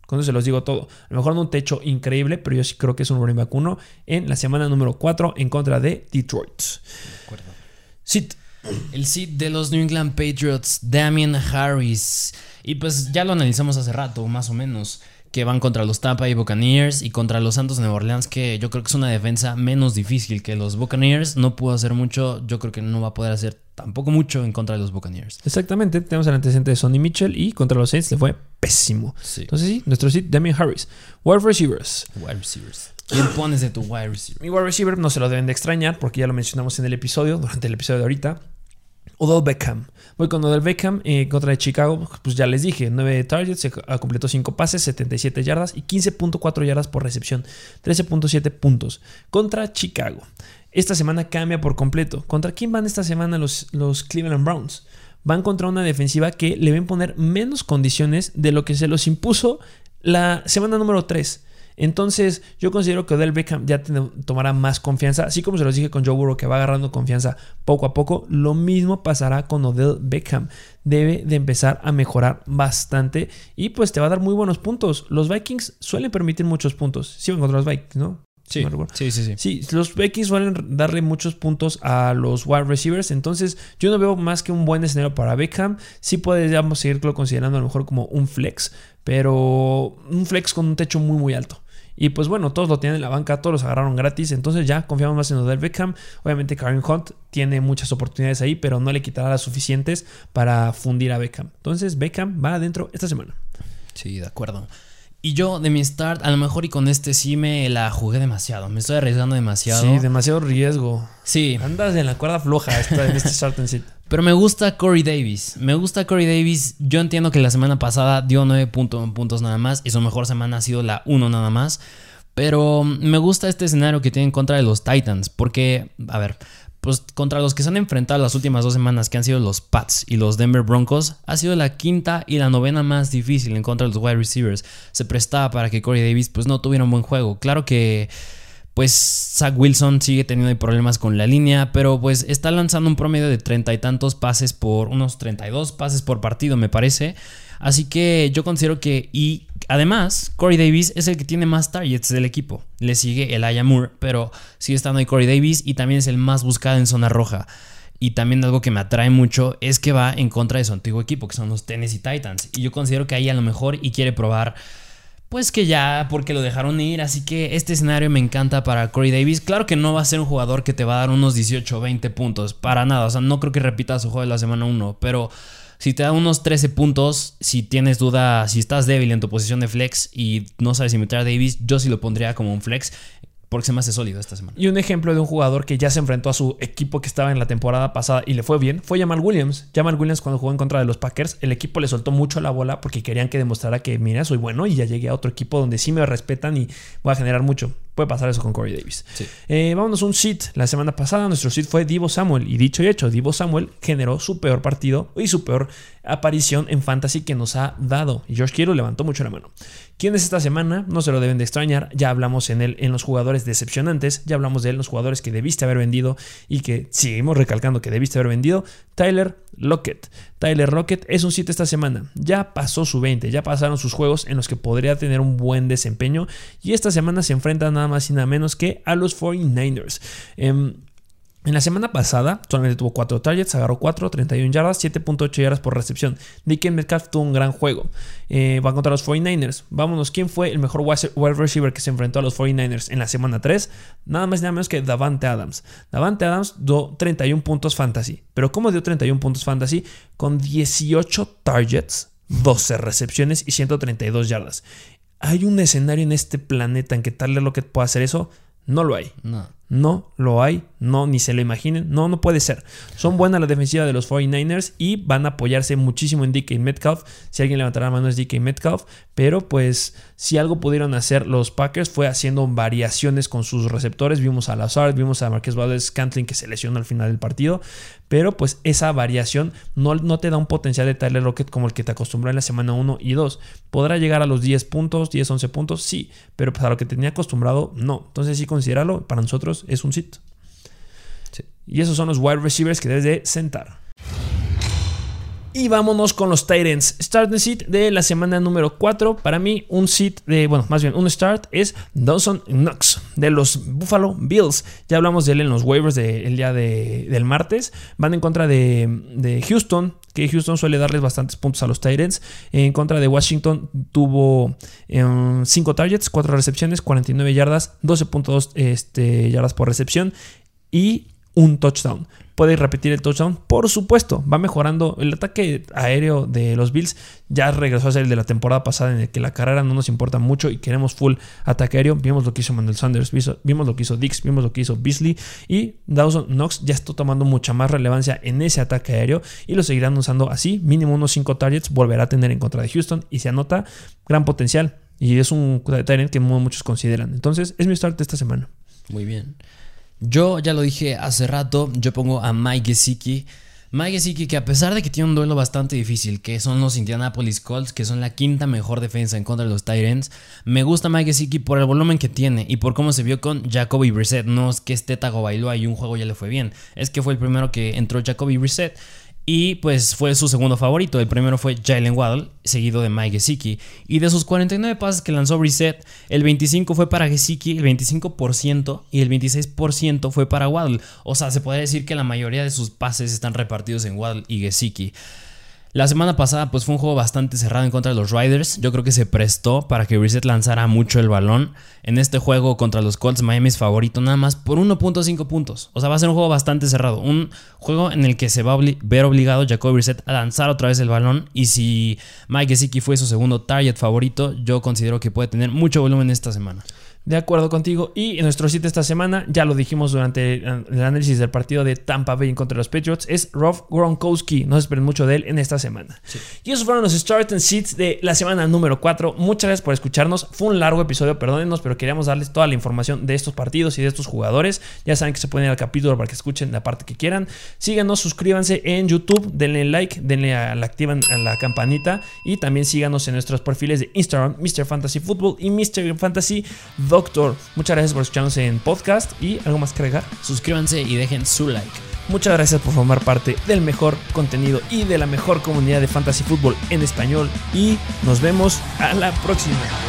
Con eso se los digo todo. A lo mejor no un techo increíble, pero yo sí creo que es un running back 1 en la semana número 4 en contra de Detroit. De acuerdo. Sit. El sit de los New England Patriots, Damien Harris. Y pues ya lo analizamos hace rato, más o menos, que van contra los Tampa Bay Buccaneers y contra los Santos de Nueva Orleans, que yo creo que es una defensa menos difícil que los Buccaneers. No pudo hacer mucho, yo creo que no va a poder hacer tampoco mucho en contra de los Buccaneers. Exactamente, tenemos el antecedente de Sonny Mitchell y contra los Saints le fue pésimo. Sí. Entonces sí, nuestro sit, Damien Harris. Wide receivers. ¿Quién pones de tu wide receiver? Mi wide receiver no se lo deben de extrañar porque ya lo mencionamos en el episodio, durante el episodio de ahorita. Odell Beckham. Voy con Odell Beckham contra de Chicago. Pues ya les dije, 9 targets, se completó 5 pases, 77 yardas y 15.4 yardas por recepción, 13.7 puntos. Contra Chicago. Esta semana cambia por completo. ¿Contra quién van esta semana los Cleveland Browns? Van contra una defensiva que le ven poner menos condiciones de lo que se los impuso la semana número 3. Entonces yo considero que Odell Beckham ya tomará más confianza. Así como se los dije con Joe Burrow, que va agarrando confianza poco a poco, lo mismo pasará con Odell Beckham. Debe de empezar a mejorar bastante y pues te va a dar muy buenos puntos. Los Vikings suelen permitir muchos puntos. Sí van contra los Vikings, ¿no? Sí, sí. Sí, los Vikings suelen darle muchos puntos a los wide receivers. Entonces yo no veo más que un buen escenario para Beckham. Sí podríamos seguirlo considerando a lo mejor como un flex, pero un flex con un techo muy muy alto. Y pues bueno, todos lo tienen en la banca, todos los agarraron gratis, entonces ya confiamos más en Odell Beckham. Obviamente Kareem Hunt tiene muchas oportunidades ahí, pero no le quitará las suficientes para fundir a Beckham. Entonces Beckham va adentro esta semana. Sí, de acuerdo. Y yo de mi start, a lo mejor y con este sí me la jugué demasiado, me estoy arriesgando demasiado. Sí, demasiado riesgo. Sí. Andas en la cuerda floja en este start and sit. Pero me gusta Corey Davis. Yo entiendo que la semana pasada dio 9 puntos nada más y su mejor semana ha sido la 1 nada más. Pero me gusta este escenario que tienen contra de los Titans. Porque, a ver, pues contra los que se han enfrentado las últimas 2 semanas, que han sido los Pats y los Denver Broncos, ha sido la quinta y la novena más difícil en contra de los wide receivers. Se prestaba para que Corey Davis pues no tuviera un buen juego. Claro que pues Zach Wilson sigue teniendo problemas con la línea, pero pues está lanzando un promedio de 30 y tantos pases por unos 32 pases por partido, me parece. Así que yo considero que, y además, Corey Davis es el que tiene más targets del equipo. Le sigue Elijah Moore, pero sigue estando ahí Corey Davis y también es el más buscado en zona roja. Y también algo que me atrae mucho es que va en contra de su antiguo equipo, que son los Tennessee Titans. Y yo considero que ahí a lo mejor y quiere probar, pues que ya, porque lo dejaron ir. Así que este escenario me encanta para Corey Davis. Claro que no va a ser un jugador que te va a dar unos 18 o 20 puntos, para nada. O sea, no creo que repita su juego de la semana 1, pero si te da unos 13 puntos, si tienes duda, si estás débil en tu posición de flex y no sabes si meter a Davis, yo sí lo pondría como un flex, porque se me hace sólido esta semana. Y un ejemplo de un jugador que ya se enfrentó a su equipo que estaba en la temporada pasada y le fue bien fue Jamal Williams. Jamal Williams, cuando jugó en contra de los Packers, el equipo le soltó mucho la bola porque querían que demostrara que, mira, soy bueno y ya llegué a otro equipo donde sí me respetan y voy a generar mucho. Puede pasar eso con Corey Davis. Sí. Vámonos a un sit. La semana pasada nuestro sit fue Deebo Samuel. Y dicho y hecho, Deebo Samuel generó su peor partido y su peor aparición en fantasy que nos ha dado. Y George Kittle levantó mucho la mano. ¿Quién es esta semana? No se lo deben de extrañar. Ya hablamos en él en los jugadores decepcionantes. Ya hablamos de él en los jugadores que debiste haber vendido y que seguimos recalcando que debiste haber vendido. Tyler Lockett. Tyler Lockett es un sit esta semana. Ya pasó su 20. Ya pasaron sus juegos en los que podría tener un buen desempeño. Y esta semana se enfrenta nada más y nada menos que a los 49ers. En la semana pasada solamente tuvo 4 targets, agarró 4, 31 yardas, 7.8 yardas por recepción. DK Metcalf tuvo un gran juego. Va contra los 49ers. Vámonos, ¿quién fue el mejor wide receiver que se enfrentó a los 49ers en la semana 3? Nada más y nada menos que Davante Adams. Davante Adams dio 31 puntos fantasy. ¿Pero cómo dio 31 puntos fantasy? Con 18 targets, 12 recepciones y 132 yardas. ¿Hay un escenario en este planeta en que Tyler Lockett pueda hacer eso? No lo hay. No lo hay. No, ni se lo imaginen. No puede ser. Son buenas la defensiva de los 49ers y van a apoyarse muchísimo en DK Metcalf. Si alguien levantará la mano es DK Metcalf. Pero pues si algo pudieron hacer los Packers fue haciendo variaciones con sus receptores. Vimos a Lazard, vimos a Marquez Valdes-Scantling que se lesionó al final del partido. Pero pues esa variación no te da un potencial de Tyler Lockett como el que te acostumbró en la semana 1 y 2. ¿Podrá llegar a los 10 puntos, 10, 11 puntos? Sí, pero pues a lo que tenía acostumbrado, no. Entonces sí, considéralo. Para nosotros es un sit. Sí. Y esos son los wide receivers que debes de sentar. Y vámonos con los tight ends. Start the sit de la semana número 4. Para mí, un sit de, bueno, más bien un start es Dawson Knox de los Buffalo Bills. Ya hablamos de él en los waivers el día del martes. Van en contra de Houston, que Houston suele darles bastantes puntos a los tight ends. En contra de Washington tuvo 5 targets, 4 recepciones, 49 yardas, 12.2 yardas por recepción y un touchdown. Puede repetir el touchdown, por supuesto. Va mejorando. El ataque aéreo de los Bills ya regresó a ser el de la temporada pasada, en el que la carrera no nos importa mucho y queremos full ataque aéreo. Vimos lo que hizo Manuel Sanders, vimos lo que hizo Dix, vimos lo que hizo Beasley, y Dawson Knox ya está tomando mucha más relevancia en ese ataque aéreo y lo seguirán usando así. Mínimo unos 5 targets volverá a tener en contra de Houston y se anota gran potencial, y es un tight end que muchos consideran. Entonces es mi start de esta semana. Muy bien. Yo ya lo dije hace rato, yo pongo a Mike Gesicki. Mike Gesicki, que a pesar de que tiene un duelo bastante difícil, que son los Indianapolis Colts, que son la quinta mejor defensa en contra de los tight ends, me gusta Mike Gesicki por el volumen que tiene y por cómo se vio con Jacoby Brissett. No es que esté Tagovailoa y un juego ya le fue bien, es que fue el primero que entró Jacoby Brissett. Y pues fue su segundo favorito. El primero fue Jalen Waddle, seguido de Mike Gesicki. Y de sus 49 pases que lanzó Brissett, el 25 fue para Gesicki, el 25%, y el 26% fue para Waddle. O sea, se podría decir que la mayoría de sus pases están repartidos en Waddle y Gesicki. La semana pasada pues fue un juego bastante cerrado en contra de los Riders. Yo creo que se prestó para que Brissett lanzara mucho el balón. En este juego contra los Colts, Miami es favorito nada más por 1.5 puntos. O sea, va a ser un juego bastante cerrado. Un juego en el que se va a ver obligado Jacoby Brissett a lanzar otra vez el balón. Y si Mike Gesicki fue su segundo target favorito, yo considero que puede tener mucho volumen esta semana. De acuerdo contigo. Y en nuestro sitio esta semana, ya lo dijimos durante el análisis del partido de Tampa Bay en contra de los Patriots, es Rob Gronkowski. No se esperen mucho de él en esta semana. Sí. Y esos fueron los Start and Sits de la semana número 4. Muchas gracias por escucharnos. Fue un largo episodio, perdónenos, pero queríamos darles toda la información de estos partidos y de estos jugadores. Ya saben que se pueden ir al capítulo para que escuchen la parte que quieran. Síganos, suscríbanse en YouTube, denle like, activan a la campanita, y también síganos en nuestros perfiles de Instagram, Mr. Fantasy Football y Mr. Fantasy Doctor. Muchas gracias por escucharnos en podcast. ¿Y algo más que agregar? Suscríbanse y dejen su like. Muchas gracias por formar parte del mejor contenido y de la mejor comunidad de Fantasy Football en español. Y nos vemos a la próxima.